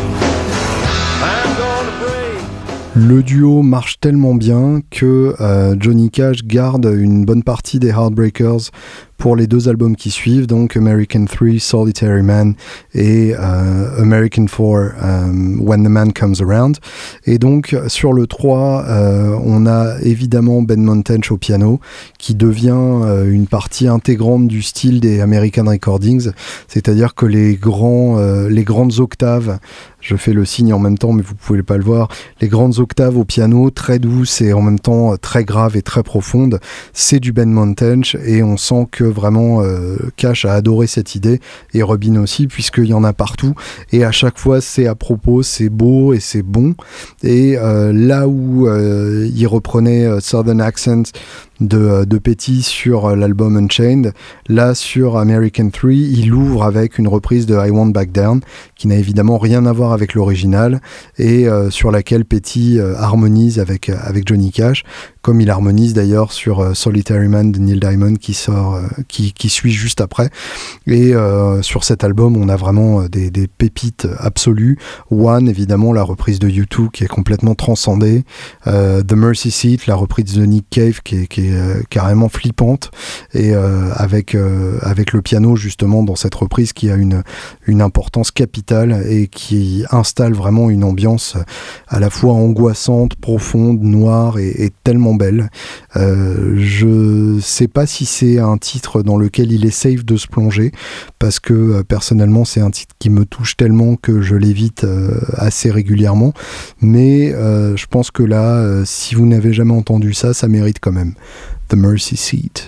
Speaker 3: I'm gonna break.
Speaker 1: Le duo marche tellement bien que euh, Johnny Cash garde une bonne partie des Heartbreakers pour les deux albums qui suivent, donc American three, Solitary Man, et euh, American four, um, When the Man Comes Around. Et donc sur le trois, euh, on a évidemment Ben Montench au piano, qui devient euh, une partie intégrante du style des American Recordings, c'est-à-dire que les, grands, euh, les grandes octaves, je fais le signe en même temps mais vous pouvez pas le voir, les grandes octaves au piano, très douces et en même temps très graves et très profondes, c'est du Ben Montench, et on sent que vraiment euh, Cash a adoré cette idée, et Robin aussi, puisqu'il y en a partout, et à chaque fois c'est à propos, c'est beau et c'est bon. Et euh, là où euh, il reprenait euh, Southern Accent de, de Petty sur l'album Unchained, là sur American three, il ouvre avec une reprise de I Won't Back Down, qui n'a évidemment rien à voir avec l'original, et euh, sur laquelle Petty euh, harmonise avec, avec Johnny Cash, comme il harmonise d'ailleurs sur euh, Solitary Man de Neil Diamond qui sort, euh, qui, qui suit juste après. Et euh, sur cet album, on a vraiment des, des pépites absolues. One, évidemment, la reprise de U two qui est complètement transcendée. Euh, The Mercy Seat, la reprise de Nick Cave qui est, qui est euh, carrément flippante, et euh, avec, euh, avec le piano justement dans cette reprise qui a une, une importance capitale et qui installe vraiment une ambiance à la fois angoissante, profonde, noire et, et tellement belle. Euh, je sais pas si c'est un titre dans lequel il est safe de se plonger, parce que euh, personnellement c'est un titre qui me touche tellement que je l'évite euh, assez régulièrement, mais euh, je pense que là euh, si vous n'avez jamais entendu ça, ça mérite quand même. The Mercy Seat.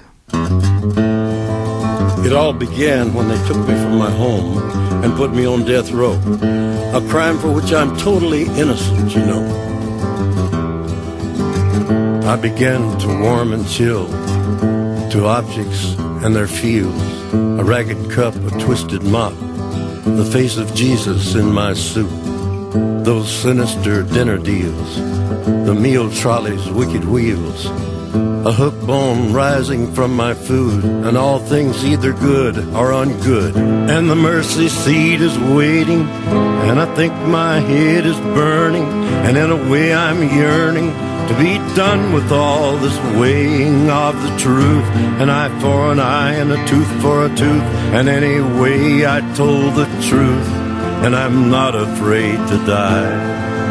Speaker 3: It all began when they took me from my home and put me on death row, a crime for which I'm totally innocent, you know. I began to warm and chill to objects and their feels, a ragged cup, a twisted mop, the face of Jesus in my soup, those sinister dinner deals, the meal trolley's wicked wheels, a hook bone rising from my food, and all things either good or ungood. And the mercy seat is waiting, and I think my head is burning, and in a way I'm yearning to be done with all this weighing of the truth. An eye for an eye and a tooth for a tooth. And anyway, I told the truth, and I'm not afraid to die.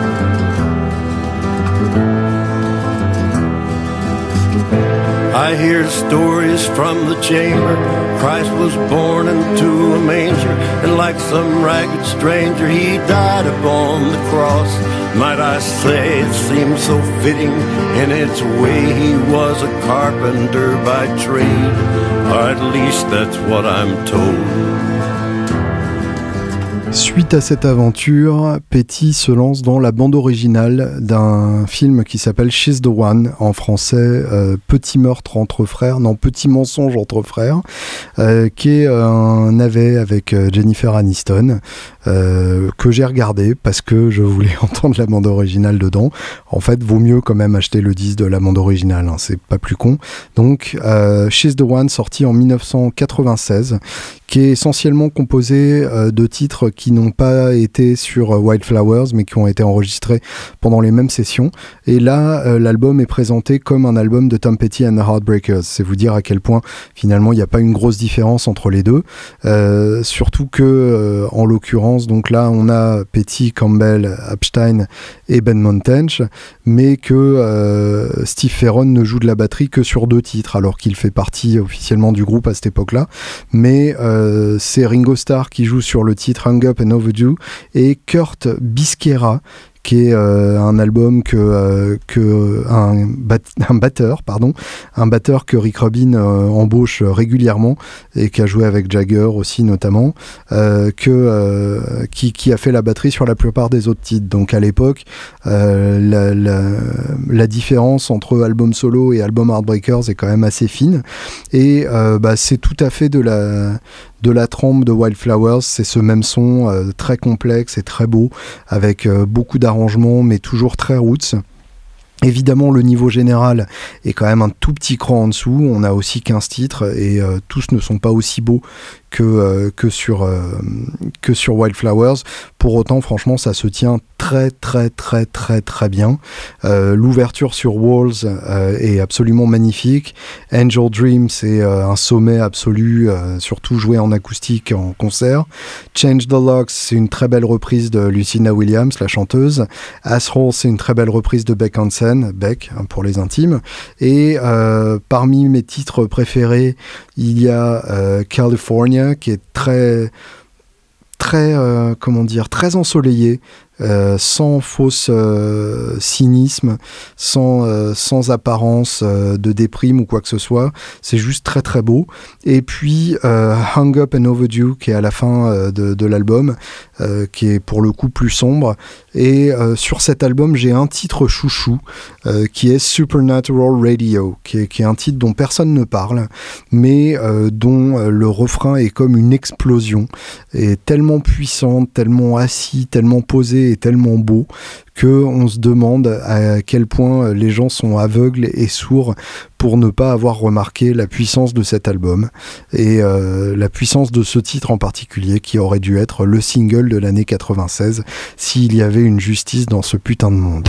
Speaker 3: I hear stories from the chamber. Christ was born into a manger, and like some ragged stranger, he died upon the cross. Might I say it seems so fitting in its way. He was a carpenter by trade, or at least that's what I'm told.
Speaker 1: Suite à cette aventure, Petty se lance dans la bande originale d'un film qui s'appelle She's the One, en français euh, Petit meurtre entre frères, non Petit mensonge entre frères, euh, qui est un navet avec Jennifer Aniston, euh, que j'ai regardé parce que je voulais entendre la bande originale dedans. En fait, vaut mieux quand même acheter le disque de la bande originale, hein, c'est pas plus con. Donc, euh, She's the One, sorti en dix-neuf cent quatre-vingt-seize, qui est essentiellement composé euh, de titres qui n'ont pas été sur euh, Wildflowers, mais qui ont été enregistrés pendant les mêmes sessions. Et là, euh, l'album est présenté comme un album de Tom Petty and the Heartbreakers. C'est vous dire à quel point, finalement, il n'y a pas une grosse différence entre les deux. Euh, surtout que, euh, en l'occurrence, donc là, on a Petty, Campbell, Epstein et Ben Montench, mais que euh, Steve Ferron ne joue de la batterie que sur deux titres, alors qu'il fait partie officiellement du groupe à cette époque-là. Mais euh, c'est Ringo Starr qui joue sur le titre Hung Up and Overdue et Kurt Biskera, qui est euh, un album que, euh, que un, bat, un batteur, pardon, un batteur que Rick Rubin euh, embauche régulièrement et qui a joué avec Jagger aussi notamment, euh, que euh, qui, qui a fait la batterie sur la plupart des autres titres. Donc à l'époque, euh, la, la, la différence entre album solo et album Heartbreakers est quand même assez fine et euh, bah, c'est tout à fait de la de la trempe de Wildflowers. C'est ce même son euh, très complexe et très beau, avec euh, beaucoup d'arrangements, mais toujours très roots. Évidemment, le niveau général est quand même un tout petit cran en dessous. On a aussi quinze titres et euh, tous ne sont pas aussi beaux que, euh, que, sur, euh, que sur Wildflowers. Pour autant, franchement, ça se tient très, très, très, très, très bien. Euh, l'ouverture sur Walls euh, est absolument magnifique. Angel Dream, c'est euh, un sommet absolu, euh, surtout joué en acoustique en concert. Change the Locks, c'est une très belle reprise de Lucinda Williams, la chanteuse. Asshole, c'est une très belle reprise de Beck Hansen, Beck hein, pour les intimes. Et euh, parmi mes titres préférés, il y a euh, California, qui est très, très, euh, comment dire, très ensoleillé, euh, sans fausse euh, cynisme, sans, euh, sans apparence euh, de déprime ou quoi que ce soit. C'est juste très très beau. Et puis euh, Hung Up and Overdue, qui est à la fin euh, de, de l'album, euh, qui est pour le coup plus sombre. Et euh, sur cet album, j'ai un titre chouchou euh, qui est Supernatural Radio, qui est, qui est un titre dont personne ne parle, mais euh, dont euh, le refrain est comme une explosion, et tellement puissante, tellement assis, tellement posé et tellement beau qu'on se demande à quel point les gens sont aveugles et sourds pour ne pas avoir remarqué la puissance de cet album et euh, la puissance de ce titre en particulier, qui aurait dû être le single de l'année quatre-vingt-seize s'il y avait une justice dans ce putain de monde.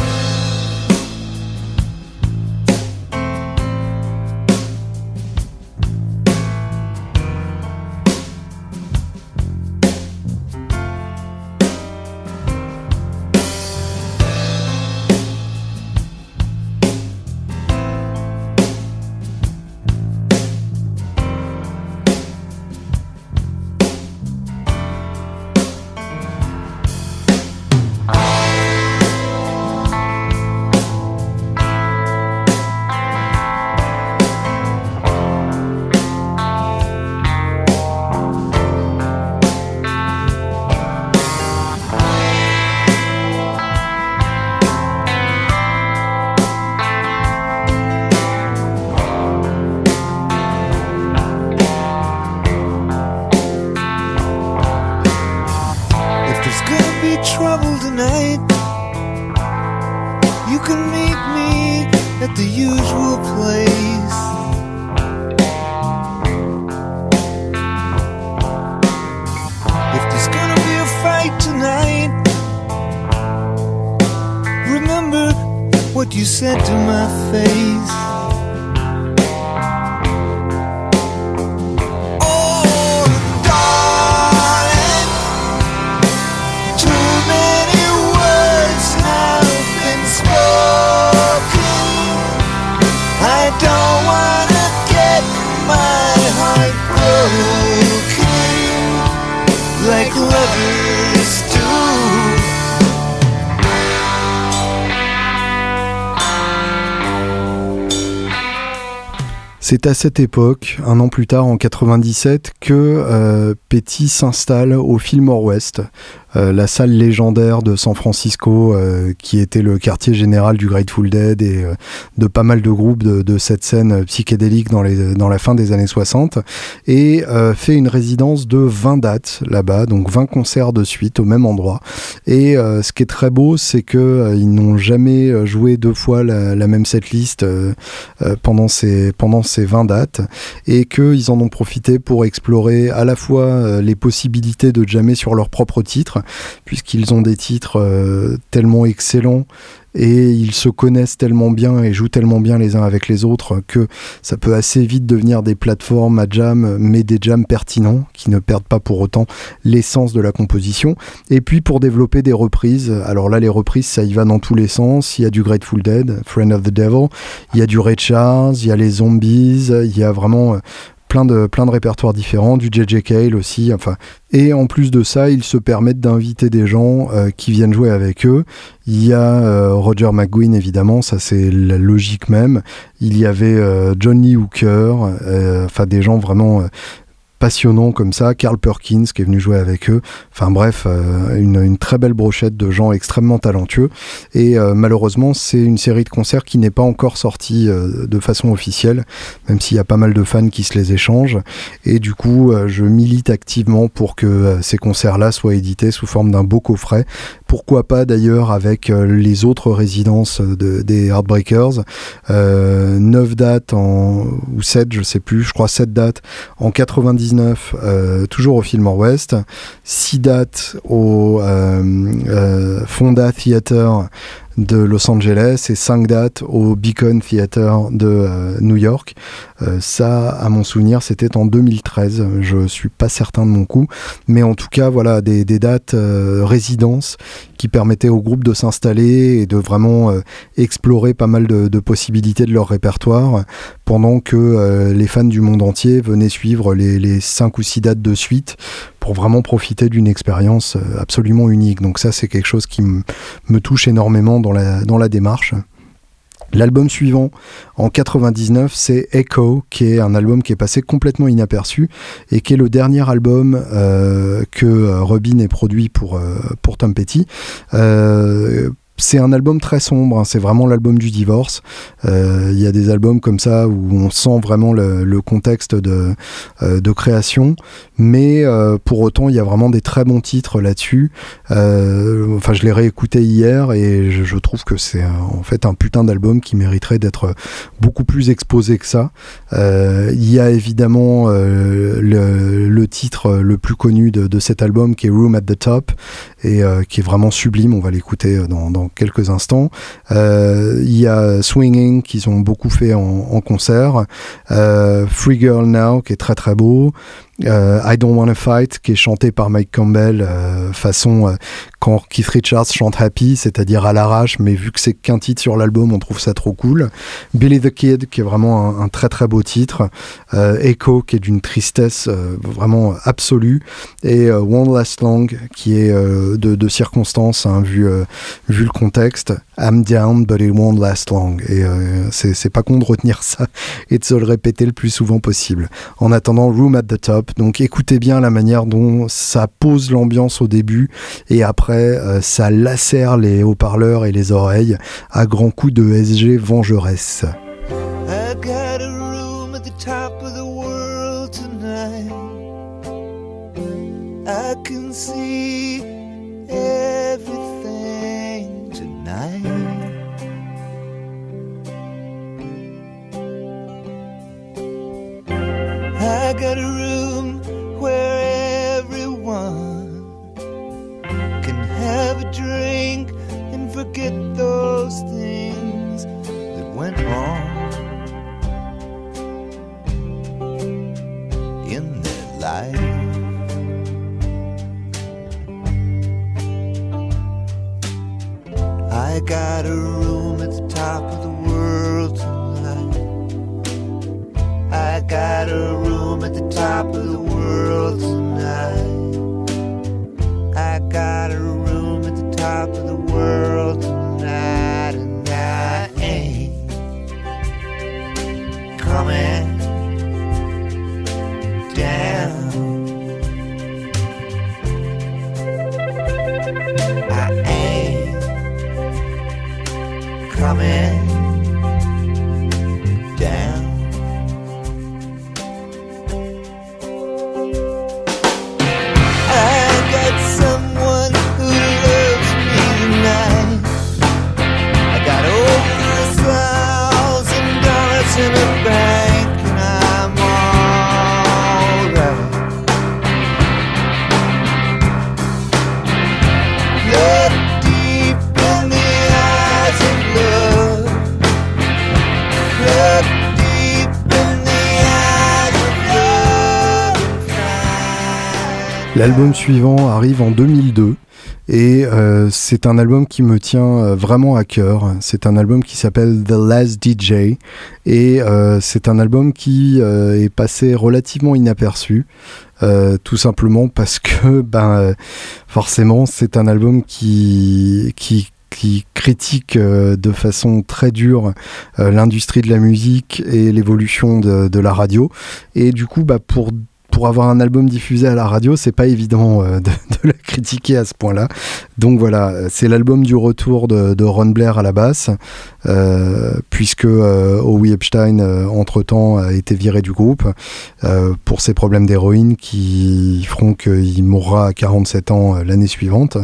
Speaker 2: what you said to my face. Oh, darling, too many words have been spoken. I don't wanna get my heart broken like lovers do.
Speaker 1: C'est à cette époque, un an plus tard, en quatre-vingt-dix-sept, que euh, Petty s'installe au Fillmore West, euh, la salle légendaire de San Francisco, euh, qui était le quartier général du Grateful Dead et euh, de pas mal de groupes de, de cette scène psychédélique dans, les, dans la fin des années soixante, et euh, fait une résidence de vingt dates là-bas, donc vingt concerts de suite au même endroit. Et euh, ce qui est très beau, c'est qu'ils euh, n'ont jamais joué deux fois la, la même setlist euh, euh, pendant ces, pendant ces ces vingt dates, et qu'ils en ont profité pour explorer à la fois euh, les possibilités de jammer sur leurs propres titres, puisqu'ils ont des titres euh, tellement excellents et ils se connaissent tellement bien et jouent tellement bien les uns avec les autres que ça peut assez vite devenir des plateformes à jam, mais des jams pertinents qui ne perdent pas pour autant l'essence de la composition. Et puis pour développer des reprises, alors là les reprises ça y va dans tous les sens. Il y a du Grateful Dead, Friend of the Devil, il y a du Ray Charles, il y a les Zombies, il y a vraiment plein de, plein de répertoires différents, du J J Cale aussi, enfin. Et en plus de ça, ils se permettent d'inviter des gens euh, qui viennent jouer avec eux. Il y a euh, Roger McGuinn, évidemment, ça c'est la logique même. Il y avait euh, John Lee Hooker, euh, enfin des gens vraiment euh, passionnants comme ça, Carl Perkins qui est venu jouer avec eux, enfin bref, euh, une, une très belle brochette de gens extrêmement talentueux, et euh, malheureusement c'est une série de concerts qui n'est pas encore sortie euh, de façon officielle, même s'il y a pas mal de fans qui se les échangent, et du coup euh, je milite activement pour que euh, ces concerts-là soient édités sous forme d'un beau coffret, pourquoi pas d'ailleurs avec euh, les autres résidences de, des Heartbreakers, euh, neuf dates en, ou sept, je sais plus, je crois sept dates en quatre-vingt-dix-neuf, Euh, toujours au Fillmore West, six dates au euh, euh, Fonda Theater de Los Angeles et cinq dates au Beacon Theater de euh, New York. Euh, ça, à mon souvenir, c'était en deux mille treize. Je suis pas certain de mon coup, mais en tout cas, voilà, des, des dates euh, résidences qui permettaient au groupe de s'installer et de vraiment euh, explorer pas mal de, de possibilités de leur répertoire, pendant que euh, les fans du monde entier venaient suivre les, les cinq ou six dates de suite pour vraiment profiter d'une expérience absolument unique. Donc ça, c'est quelque chose qui m- me touche énormément dans la, dans la démarche. L'album suivant, en quatre-vingt-dix-neuf, c'est Echo, qui est un album qui est passé complètement inaperçu et qui est le dernier album euh, que euh, Rubin ait produit pour, euh, pour Tom Petty. Euh, C'est un album très sombre, hein, c'est vraiment l'album du divorce. Il euh, y a des albums comme ça où on sent vraiment le, le contexte de, euh, de création, mais euh, pour autant il y a vraiment des très bons titres là-dessus. Euh, enfin, je l'ai réécouté hier et je, je trouve que c'est un, en fait un putain d'album qui mériterait d'être beaucoup plus exposé que ça. Il euh, y a évidemment euh, le, le titre le plus connu de, de cet album qui est Room at the Top et euh, qui est vraiment sublime. On va l'écouter dans, dans quelques instants. Il euh, y a Swinging qu'ils ont beaucoup fait en, en concert, euh, Free Girl Now qui est très très beau, euh, I Don't Wanna Fight qui est chanté par Mike Campbell euh, façon euh, quand Keith Richards chante Happy, c'est-à-dire à l'arrache, mais vu que c'est qu'un titre sur l'album, on trouve ça trop cool. Billy the Kid qui est vraiment un, un très très beau titre, euh, Echo qui est d'une tristesse euh, vraiment absolue, et euh, Won't Last Long qui est euh, de, de circonstance, hein, vu, euh, vu le contexte. I'm down but it won't last long, et euh, c'est, c'est pas con de retenir ça et de se le répéter le plus souvent possible. En attendant, Room at the Top, donc écoutez bien la manière dont ça pose l'ambiance au début et après euh, ça lacère les haut-parleurs et les oreilles à grands coups de S G vengeresse.
Speaker 2: I got a room at the top of the world tonight. I can see everything tonight. I got a room where everyone can have a drink and forget those things went home in their life. I got a room at the top of the world tonight. I got a room at the top of the world tonight. I got a room at the top of the world tonight, and I ain't coming down. I ain't coming down. I got someone who loves me tonight. I got over a thousand dollars in the bank, and I'm alright. Look deep in the eyes of love. Look deep in the eyes of love and find.
Speaker 1: L'album suivant arrive en deux mille deux et euh, c'est un album qui me tient euh, vraiment à cœur. C'est un album qui s'appelle The Last D J et euh, c'est un album qui euh, est passé relativement inaperçu. Euh, tout simplement parce que ben, euh, forcément c'est un album qui, qui qui critique euh, de façon très dure euh, l'industrie de la musique et l'évolution de, de la radio. Et du coup, bah, pour pour avoir un album diffusé à la radio, c'est pas évident euh, de, de la critiquer à ce point-là. Donc voilà, c'est l'album du retour de, de Ron Blair à la basse, euh, puisque euh, Howie Epstein, euh, entre-temps, a été viré du groupe euh, pour ses problèmes d'héroïne qui feront qu'il mourra à quarante-sept ans euh, l'année suivante.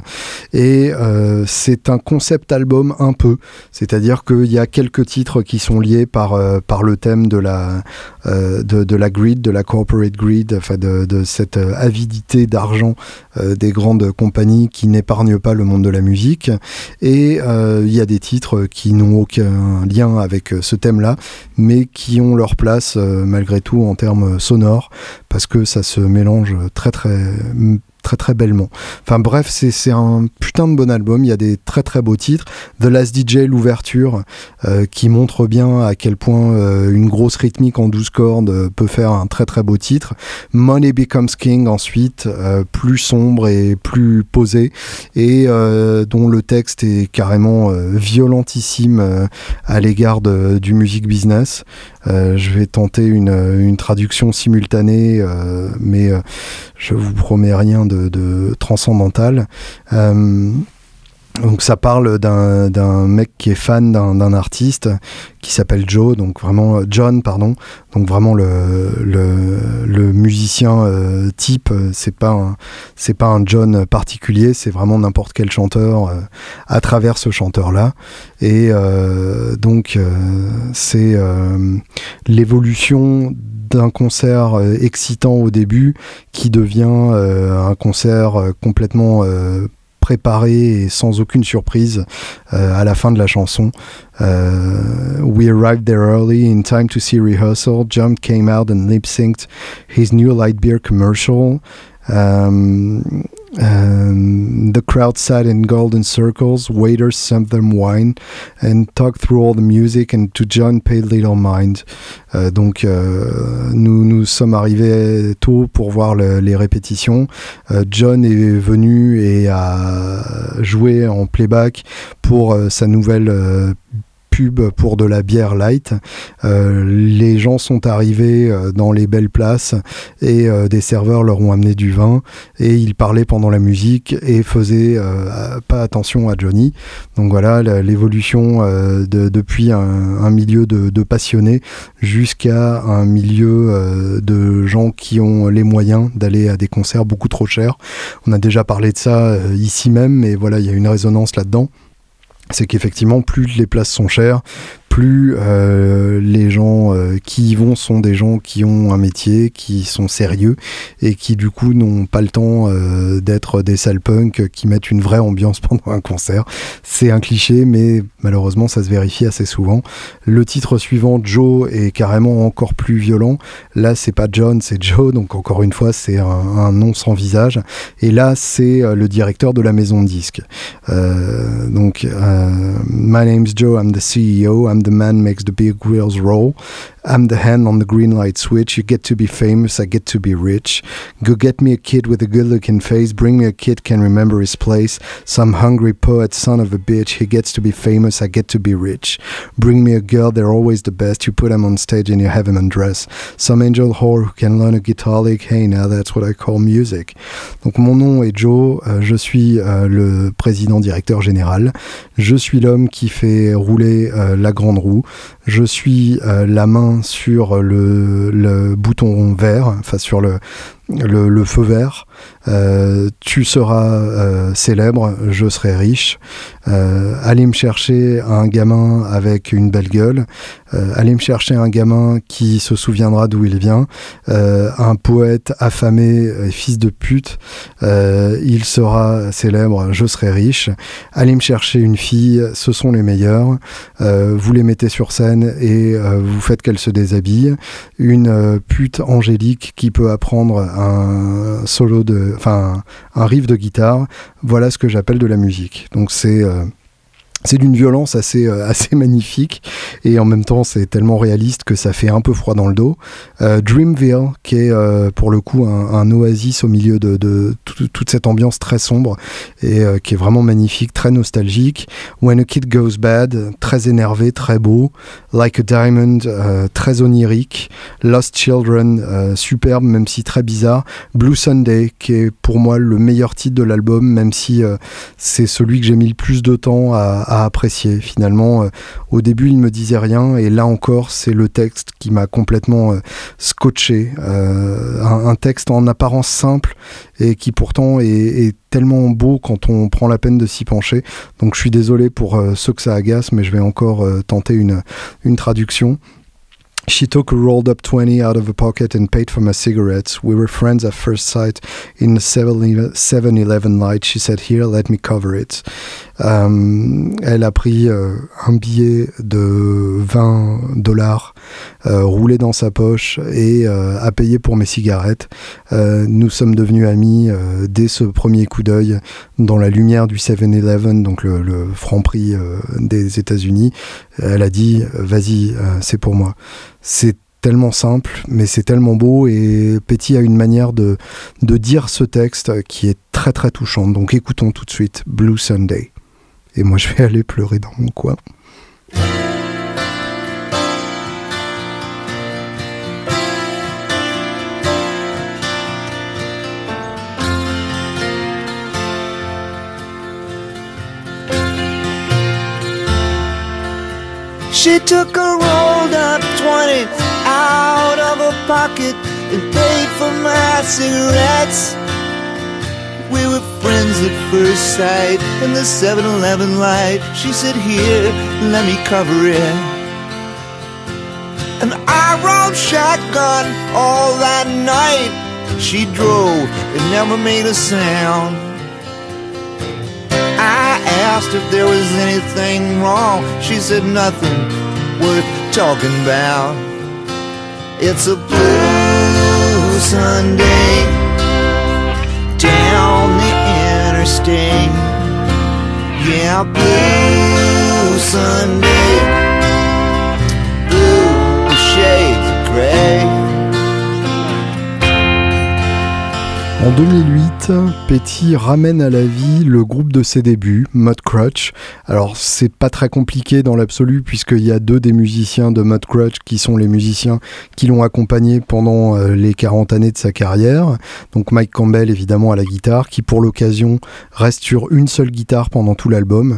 Speaker 1: Et euh, c'est un concept album un peu, c'est-à-dire qu'il y a quelques titres qui sont liés par, euh, par le thème de la, euh, de, de la greed, de la corporate greed, enfin de, de cette avidité d'argent euh, des grandes compagnies qui n'épargnent pas le monde de la musique. Et il euh, y a des titres qui n'ont aucun lien avec ce thème-là, mais qui ont leur place euh, malgré tout en termes sonores, parce que ça se mélange très très très très bellement. Enfin bref, c'est, c'est un putain de bon album, il y a des très très beaux titres. The Last D J, l'ouverture, euh, qui montre bien à quel point euh, une grosse rythmique en douze cordes euh, peut faire un très très beau titre. Money Becomes King ensuite, euh, plus sombre et plus posé, et euh, dont le texte est carrément euh, violentissime euh, à l'égard de, du music business. Euh, je vais tenter une, une traduction simultanée, euh, mais euh, je vous promets rien de, de transcendantal. Euh, donc ça parle d'un, d'un mec qui est fan d'un, d'un artiste qui s'appelle Joe, donc vraiment John, pardon. Donc vraiment le le, le musicien euh, type, c'est pas un, c'est pas un John particulier, c'est vraiment n'importe quel chanteur euh, à travers ce chanteur-là. Et euh, donc euh, c'est euh, l'évolution d'un concert euh, excitant au début qui devient euh, un concert euh, complètement euh, préparé et sans aucune surprise euh, à la fin de la chanson. Uh, we arrived there early in time to see rehearsal. John came out and lip-synced his new light beer commercial. Um, um, the crowd sat in golden circles. Waiters served them wine and talked through all the music, and to John paid little mind. Uh, donc euh, nous nous sommes arrivés tôt pour voir le, les répétitions. Uh, John est venu et a joué en playback pour euh, sa nouvelle euh, pub pour de la bière light. Euh, les gens sont arrivés euh, dans les belles places et euh, des serveurs leur ont amené du vin et ils parlaient pendant la musique et faisaient euh, pas attention à Johnny. Donc voilà la, l'évolution euh, de, depuis un, un milieu de, de passionnés jusqu'à un milieu euh, de gens qui ont les moyens d'aller à des concerts beaucoup trop chers. On a déjà parlé de ça euh, ici même, mais voilà, il y a une résonance là-dedans. C'est qu'effectivement, plus les places sont chères, plus euh, les gens euh, qui y vont sont des gens qui ont un métier, qui sont sérieux et qui du coup n'ont pas le temps euh, d'être des sales punks qui mettent une vraie ambiance pendant un concert. C'est un cliché, mais malheureusement ça se vérifie assez souvent. Le titre suivant, Joe, est carrément encore plus violent. Là c'est pas John, c'est Joe, donc encore une fois c'est un, un nom sans visage. Et là c'est euh, le directeur de la maison de disques. Euh, donc euh, My name's Joe, I'm the C E O, I'm the man makes the big wheels roll. I'm the hand on the green light switch. You get to be famous, I get to be rich. Go get me a kid with a good-looking face. Bring me a kid can remember his place. Some hungry poet, son of a bitch. He gets to be famous, I get to be rich. Bring me a girl, they're always the best. You put them on stage and you have them undressed. Some angel whore who can learn a guitar lick. Hey, now that's what I call music. Donc mon nom est Joe, euh, je suis euh, le président-directeur général. Je suis l'homme qui fait rouler euh, la grande roue. Je suis euh, la main sur le, le bouton vert, enfin sur le, le, le feu vert. Euh, tu seras euh, célèbre, je serai riche. Euh, allez me chercher un gamin avec une belle gueule. Euh, allez me chercher un gamin qui se souviendra d'où il vient. Euh, un poète affamé, euh, fils de pute. Euh, il sera célèbre, je serai riche. Allez me chercher une fille, ce sont les meilleurs. Euh, vous les mettez sur scène et euh, vous faites qu'elle se déshabille. Une euh, pute angélique qui peut apprendre un solo de, enfin un riff de guitare. Voilà ce que j'appelle de la musique. Donc c'est euh, c'est d'une violence assez, euh, assez magnifique et en même temps c'est tellement réaliste que ça fait un peu froid dans le dos. Euh, Dreamville, qui est euh, pour le coup un, un oasis au milieu de, de tout, toute cette ambiance très sombre et euh, qui est vraiment magnifique, très nostalgique. When a Kid Goes Bad, très énervé, très beau. Like a Diamond, euh, très onirique. Lost Children, euh, superbe même si très bizarre. Blue Sunday, qui est pour moi le meilleur titre de l'album, même si euh, c'est celui que j'ai mis le plus de temps à à apprécier. Finalement, euh, au début, il me disait rien et là encore, c'est le texte qui m'a complètement euh, scotché. Euh, un, un texte en apparence simple et qui pourtant est, est tellement beau quand on prend la peine de s'y pencher. Donc je suis désolé pour euh, ceux que ça agace, mais je vais encore euh, tenter une, une traduction. She took a rolled up twenty out of her pocket and paid for my cigarettes. We were friends at first sight. In the seven eleven light, she said, "Here, let me cover it." Euh, elle a pris euh, un billet de vingt dollars euh, roulé dans sa poche et euh, a payé pour mes cigarettes. Euh, nous sommes devenus amis euh, dès ce premier coup d'œil dans la lumière du seven eleven, donc le, le Franprix euh, des États-Unis. Elle a dit « Vas-y, euh, c'est pour moi ». C'est tellement simple, mais c'est tellement beau et Petty a une manière de, de dire ce texte qui est très très touchante. Donc écoutons tout de suite Blue Sunday. Et moi je vais aller pleurer dans mon coin.
Speaker 2: She took a rolled up twenty out of her pocket and paid for my cigarettes. We were friends at first sight in the seven eleven light. She said, "Here, let me cover it." And I rode shotgun all that night. She drove and never made a sound. I asked if there was anything wrong. She said nothing worth talking about. It's a blue Sunday down the interstate. Yeah, blue Sunday, blue shades of gray.
Speaker 1: En deux mille huit, Petty ramène à la vie le groupe de ses débuts, Mudcrutch. Alors c'est pas très compliqué dans l'absolu puisqu'il y a deux des musiciens de Mudcrutch qui sont les musiciens qui l'ont accompagné pendant euh, les quarante années de sa carrière. Donc Mike Campbell évidemment à la guitare, qui pour l'occasion reste sur une seule guitare pendant tout l'album.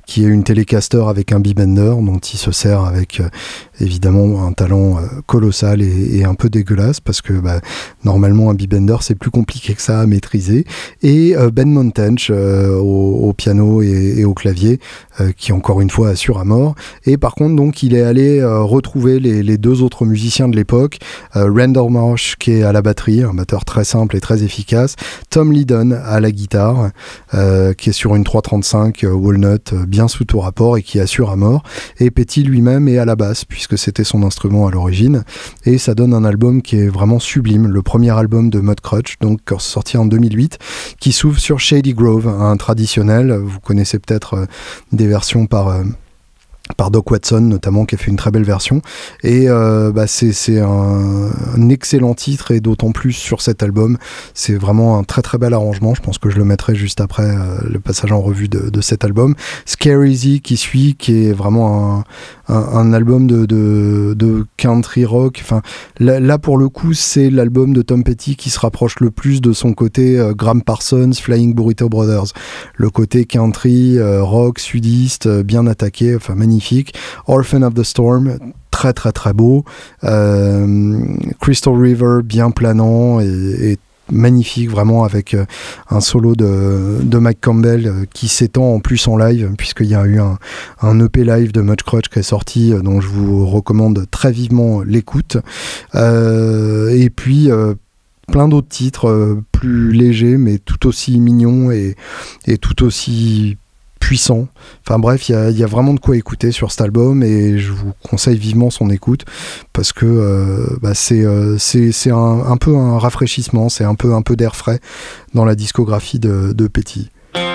Speaker 1: qui est une Telecaster avec un B-Bender dont il se sert avec euh, évidemment un talent euh, colossal et, et un peu dégueulasse parce que bah, normalement un B-Bender c'est plus compliqué que ça à maîtriser. Et euh, Ben Montench euh, au, au piano et, et au clavier euh, qui encore une fois assure à mort. Et par contre donc il est allé euh, retrouver les, les deux autres musiciens de l'époque, euh, Randall Marsh qui est à la batterie, un batteur très simple et très efficace, Tom Lydon à la guitare euh, qui est sur une trois trente-cinq euh, Walnut euh, bien sous tout rapport et qui assure à mort, et Petty lui-même est à la basse puisque c'était son instrument à l'origine, et ça donne un album qui est vraiment sublime, le premier album de Mudcrutch, donc sorti en deux mille huit, qui s'ouvre sur Shady Grove, un traditionnel, vous connaissez peut-être euh, des versions par... Euh, par Doc Watson notamment, qui a fait une très belle version, et euh, bah c'est, c'est un, un excellent titre, et d'autant plus sur cet album, c'est vraiment un très très bel arrangement. Je pense que je le mettrai juste après euh, le passage en revue de, de cet album. Scare Easy qui suit, qui est vraiment un, un, un album de, de, de country rock, enfin là, là pour le coup c'est l'album de Tom Petty qui se rapproche le plus de son côté euh, Graham Parsons, Flying Burrito Brothers, le côté country, euh, rock, sudiste, euh, bien attaqué, enfin magnifique. Orphan of the Storm, très très très beau. Euh, Crystal River, bien planant et, et magnifique, vraiment, avec euh, un solo de, de Mike Campbell euh, qui s'étend en plus en live, puisqu'il y a eu un, un E P live de Mudcrutch qui est sorti, euh, dont je vous recommande très vivement l'écoute. Euh, et puis euh, plein d'autres titres euh, plus légers, mais tout aussi mignons et, et tout aussi puissant. Enfin bref, il y, y a vraiment de quoi écouter sur cet album, et je vous conseille vivement son écoute parce que euh, bah c'est, euh, c'est, c'est un, un peu un rafraîchissement, c'est un peu, un peu d'air frais dans la discographie de, de Petty.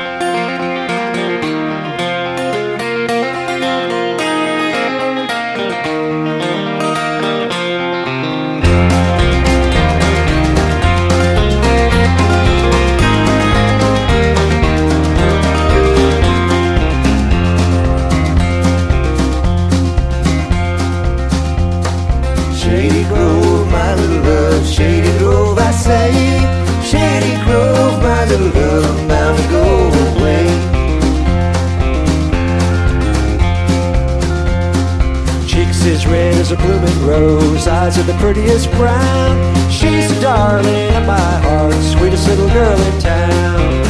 Speaker 4: A blooming rose, eyes are the prettiest brown. She's the darling of my heart, sweetest little girl in town.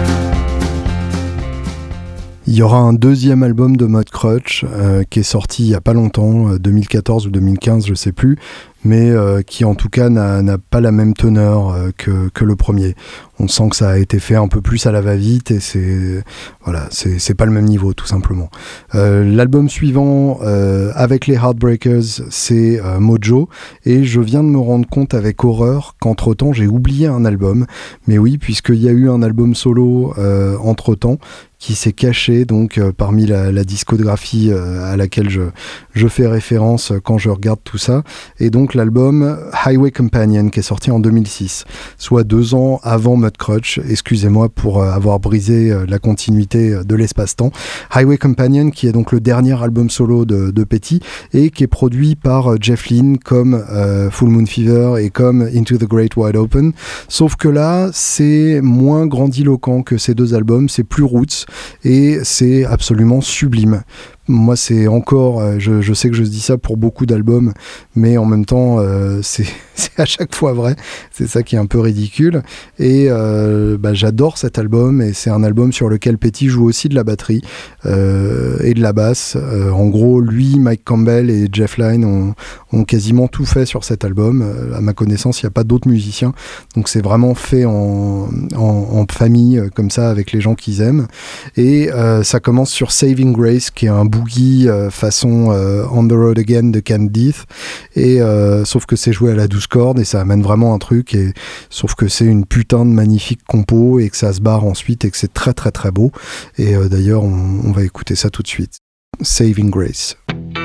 Speaker 1: Il y aura un deuxième album de Mudcrutch euh, qui est sorti il y a pas longtemps, euh, deux mille quatorze ou deux mille quinze, je sais plus, mais euh, qui en tout cas n'a, n'a pas la même teneur euh, que, que le premier. On sent que ça a été fait un peu plus à la va-vite, et c'est voilà, c'est, c'est pas le même niveau tout simplement. Euh, l'album suivant euh, avec les Heartbreakers, c'est euh, Mojo, et je viens de me rendre compte avec horreur qu'entre temps j'ai oublié un album, mais oui, puisqu'il y a eu un album solo euh, entre temps qui s'est caché donc euh, parmi la, la discographie euh, à laquelle je, je fais référence euh, quand je regarde tout ça, et donc l'album Highway Companion qui est sorti en deux mille six, soit deux ans avant Mudcrutch. Excusez-moi pour euh, avoir brisé euh, la continuité de l'espace-temps. Highway Companion qui est donc le dernier album solo de, de Petty, et qui est produit par euh, Jeff Lynne comme euh, Full Moon Fever et comme Into the Great Wide Open, sauf que là c'est moins grandiloquent que ces deux albums, c'est plus roots, et c'est absolument sublime. Moi, c'est encore, je, je sais que je dis ça pour beaucoup d'albums, mais en même temps, euh, c'est, c'est à chaque fois vrai. C'est ça qui est un peu ridicule. Et euh, bah, j'adore cet album, et c'est un album sur lequel Petty joue aussi de la batterie euh, et de la basse. Euh, en gros, lui, Mike Campbell et Jeff Lynne ont, ont quasiment tout fait sur cet album. Euh, à ma connaissance, il n'y a pas d'autres musiciens. Donc c'est vraiment fait en, en, en famille, comme ça, avec les gens qu'ils aiment. Et euh, ça commence sur Saving Grace, qui est un boogie euh, façon euh, On the Road Again de Candice, et euh, sauf que c'est joué à la douze cordes, et ça amène vraiment un truc, et sauf que c'est une putain de magnifique compo, et que ça se barre ensuite, et que c'est très très très beau. Et euh, d'ailleurs on, on va écouter ça tout de suite. Saving Grace.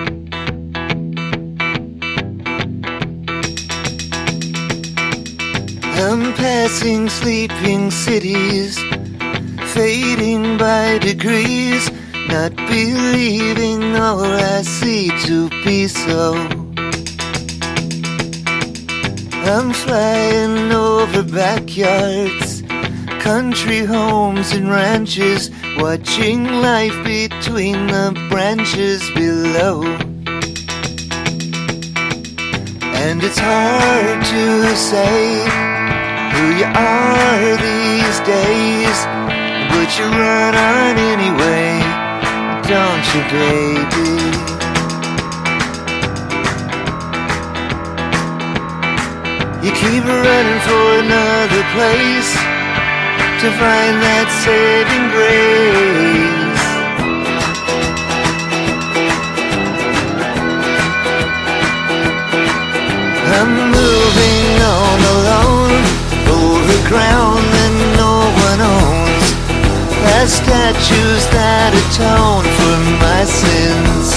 Speaker 2: I'm passing sleeping cities, fading by degrees, not believing all I see to be so. I'm flying over backyards, country homes and ranches, watching life between the branches below. And it's hard to say who you are these days, but you run on anyway, don't you, baby? You keep running for another place to find that saving grace. I'm moving on alone over ground that no one owns, past statues that atone for my sins.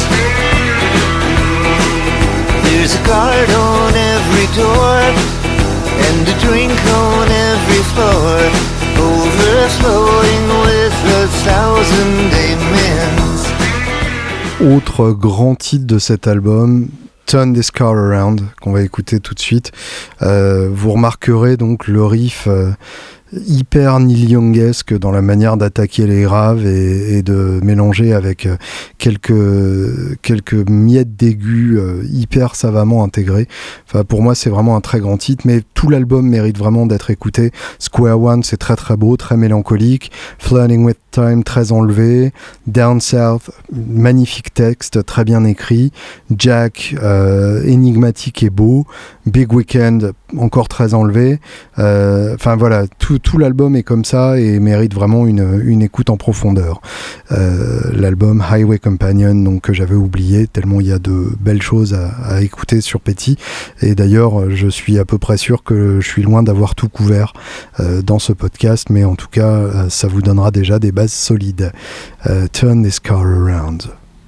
Speaker 2: There's a guard on every door and a drink on every floor, overflowing with a thousand amens.
Speaker 1: Autre grand titre de cet album, Turn This Car Around, qu'on va écouter tout de suite. Euh, vous remarquerez donc le riff euh, hyper Neil Youngesque dans la manière d'attaquer les graves et, et de mélanger avec quelques, quelques miettes d'aigus euh, hyper savamment intégrées. Enfin, pour moi, c'est vraiment un très grand titre, mais tout l'album mérite vraiment d'être écouté. Square One, c'est très très beau, très mélancolique. Flirting with Time, très enlevé. Down South, magnifique texte, très bien écrit. Jack, euh, énigmatique et beau. Big Weekend, encore très enlevé. Euh, enfin voilà, tout, tout l'album est comme ça et mérite vraiment une, une écoute en profondeur. Euh, l'album Highway Companion, donc, que j'avais oublié, tellement il y a de belles choses à, à écouter sur Petty. Et d'ailleurs, je suis à peu près sûr que je suis loin d'avoir tout couvert euh, dans ce podcast, mais en tout cas, euh, ça vous donnera déjà des bases solides. Euh, Turn This Car Around.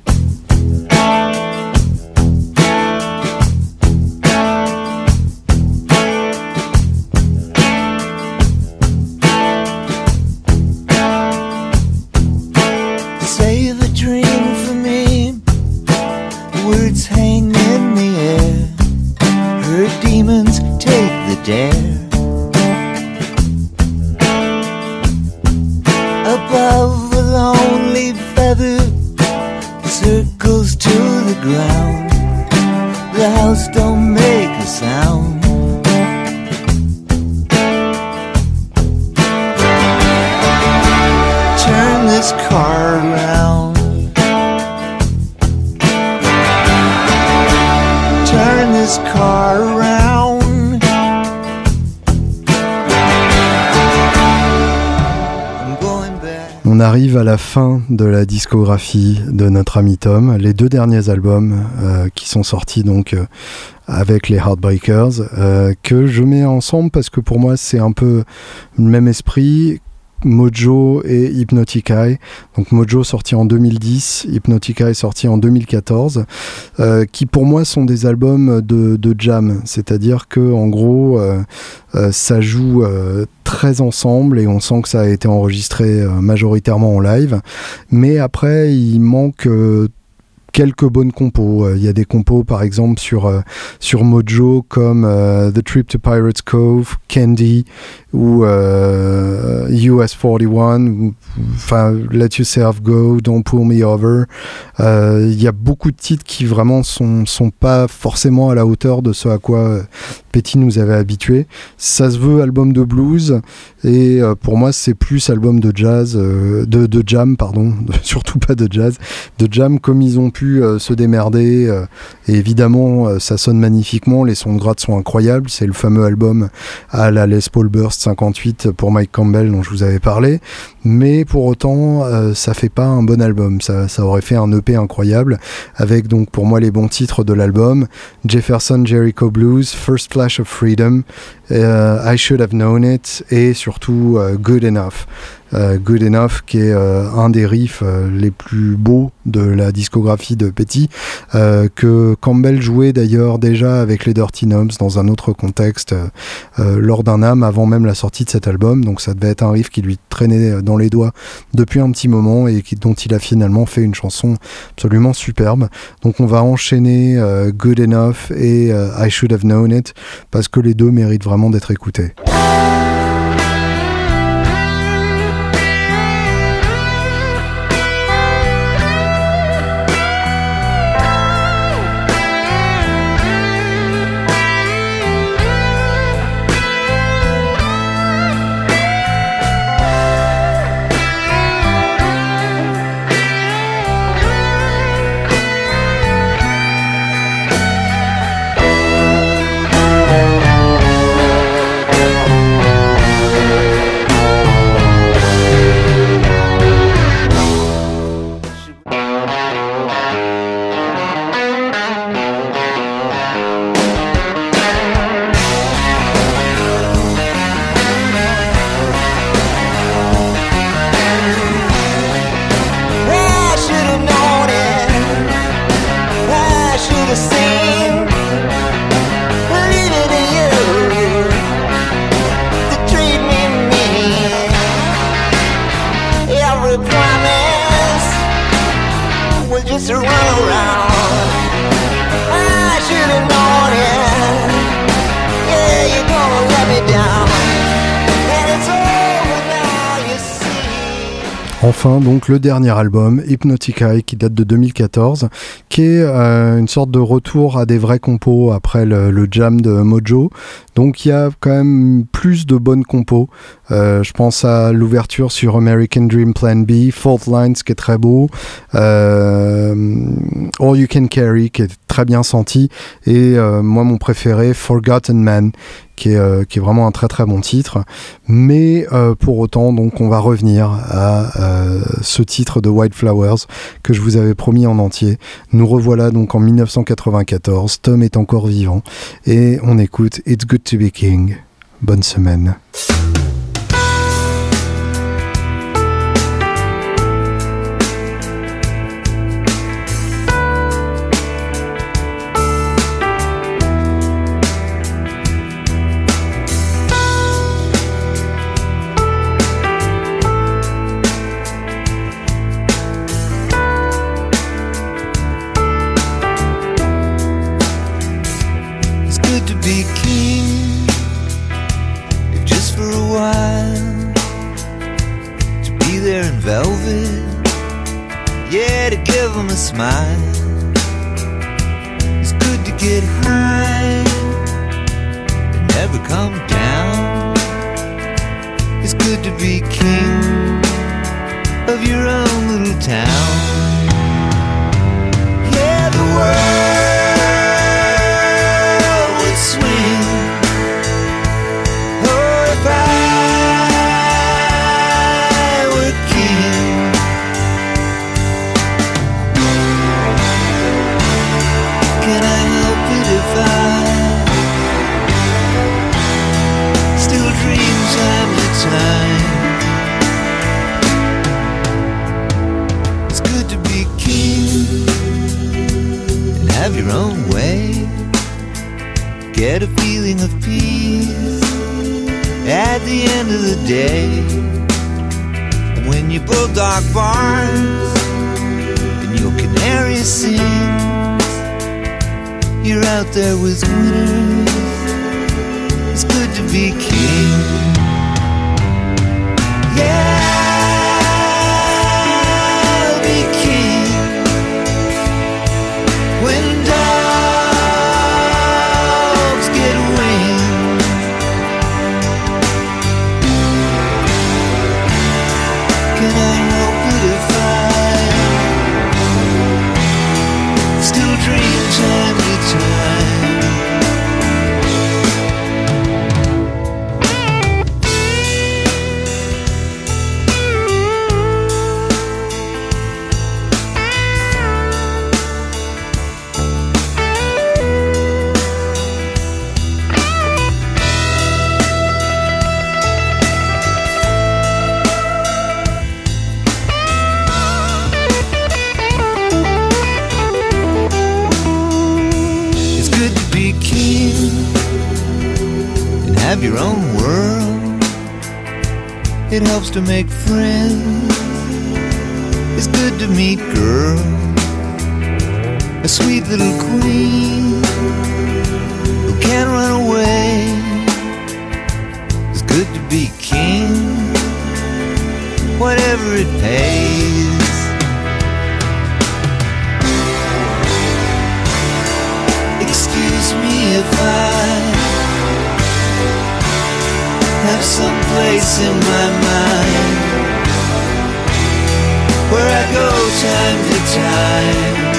Speaker 2: Save a dream for me, words hang in the air, her demons take the dare. Above a lonely feather circles to the ground, the house don't make a sound. Turn this car around, turn this car around. I'm going back.
Speaker 1: On arrive à la fin de la discographie de notre ami Tom. Les deux derniers albums euh, qui sont sortis donc euh, avec les Heartbreakers, euh, que je mets ensemble parce que pour moi c'est un peu le même esprit. Mojo et Hypnotic Eye. Donc Mojo sorti en deux mille dix, Hypnotic Eye sorti en deux mille quatorze, euh, qui pour moi sont des albums de, de jam, c'est-à-dire que en gros euh, euh, ça joue euh, très ensemble et on sent que ça a été enregistré euh, majoritairement en live, mais après il manque euh, quelques bonnes compos. Il y a des compos par exemple sur, euh, sur Mojo comme euh, The Trip to Pirates Cove, Candy ou euh, U S quarante-et-un, enfin Let Yourself Go, Don't Pull Me Over. Euh, il y a beaucoup de titres qui vraiment sont, sont pas forcément à la hauteur de ce à quoi Petty nous avait habitués. Ça se veut album de blues et euh, pour moi c'est plus album de jazz, euh, de, de jam pardon, surtout pas de jazz, de jam comme ils ont pu euh, se démerder euh, et évidemment euh, ça sonne magnifiquement, les sons de gratte sont incroyables, c'est le fameux album à la Les Paul Burst cinquante-huit pour Mike Campbell dont je vous avais parlé, mais pour autant euh, ça fait pas un bon album, ça, ça aurait fait un E P incroyable avec donc pour moi les bons titres de l'album: Jefferson Jericho Blues, First Flash of Freedom, uh, I Should Have Known It et surtout uh, Good Enough. Uh, Good Enough qui est uh, un des riffs uh, les plus beaux de la discographie de Petty, uh, que Campbell jouait d'ailleurs déjà avec les Dirty Knobs dans un autre contexte uh, uh, lors d'un âme avant même la sortie de cet album, donc ça devait être un riff qui lui traînait dans les doigts depuis un petit moment et qui, dont il a finalement fait une chanson absolument superbe. Donc on va enchaîner uh, Good Enough et uh, I Should Have Known It parce que les deux méritent vraiment d'être écoutés. Enfin, donc, le dernier album, Hypnotic Eye, qui date de deux mille quatorze, qui est euh, une sorte de retour à des vrais compos après le, le jam de Mojo. Donc, il y a quand même plus de bonnes compos. Euh, je pense à l'ouverture sur American Dream Plan B, Fault Lines, qui est très beau, euh, All You Can Carry, qui est très bien senti, et euh, moi, mon préféré, Forgotten Man, qui est, euh, qui est vraiment un très très bon titre. Mais euh, pour autant, donc, on va revenir à euh, ce titre de White Flowers que je vous avais promis en entier. Nous revoilà donc en dix-neuf cent quatre-vingt-quatorze, Tom est encore vivant, et on écoute It's Good to Be King. Bonne semaine.
Speaker 2: Smile. It's good to get high and never come down. It's good to be king of your own little town. Yeah, the world would swing. Oh, if I were king. Can I help it if I still dream time to time? It's good to be king and have your own way. Get a feeling of peace at the end of the day. And when your bulldog barks and your canary sings, you're out there with winners. It's good to be king. Yeah, I'll be king when dogs get wings. Can I help it if I still dream time to time? Have your own world. It helps to make friends. It's good to meet girls, a sweet little queen who can't run away. It's good to be king, whatever it pays. Excuse me if I have some place in my mind where I go time to time.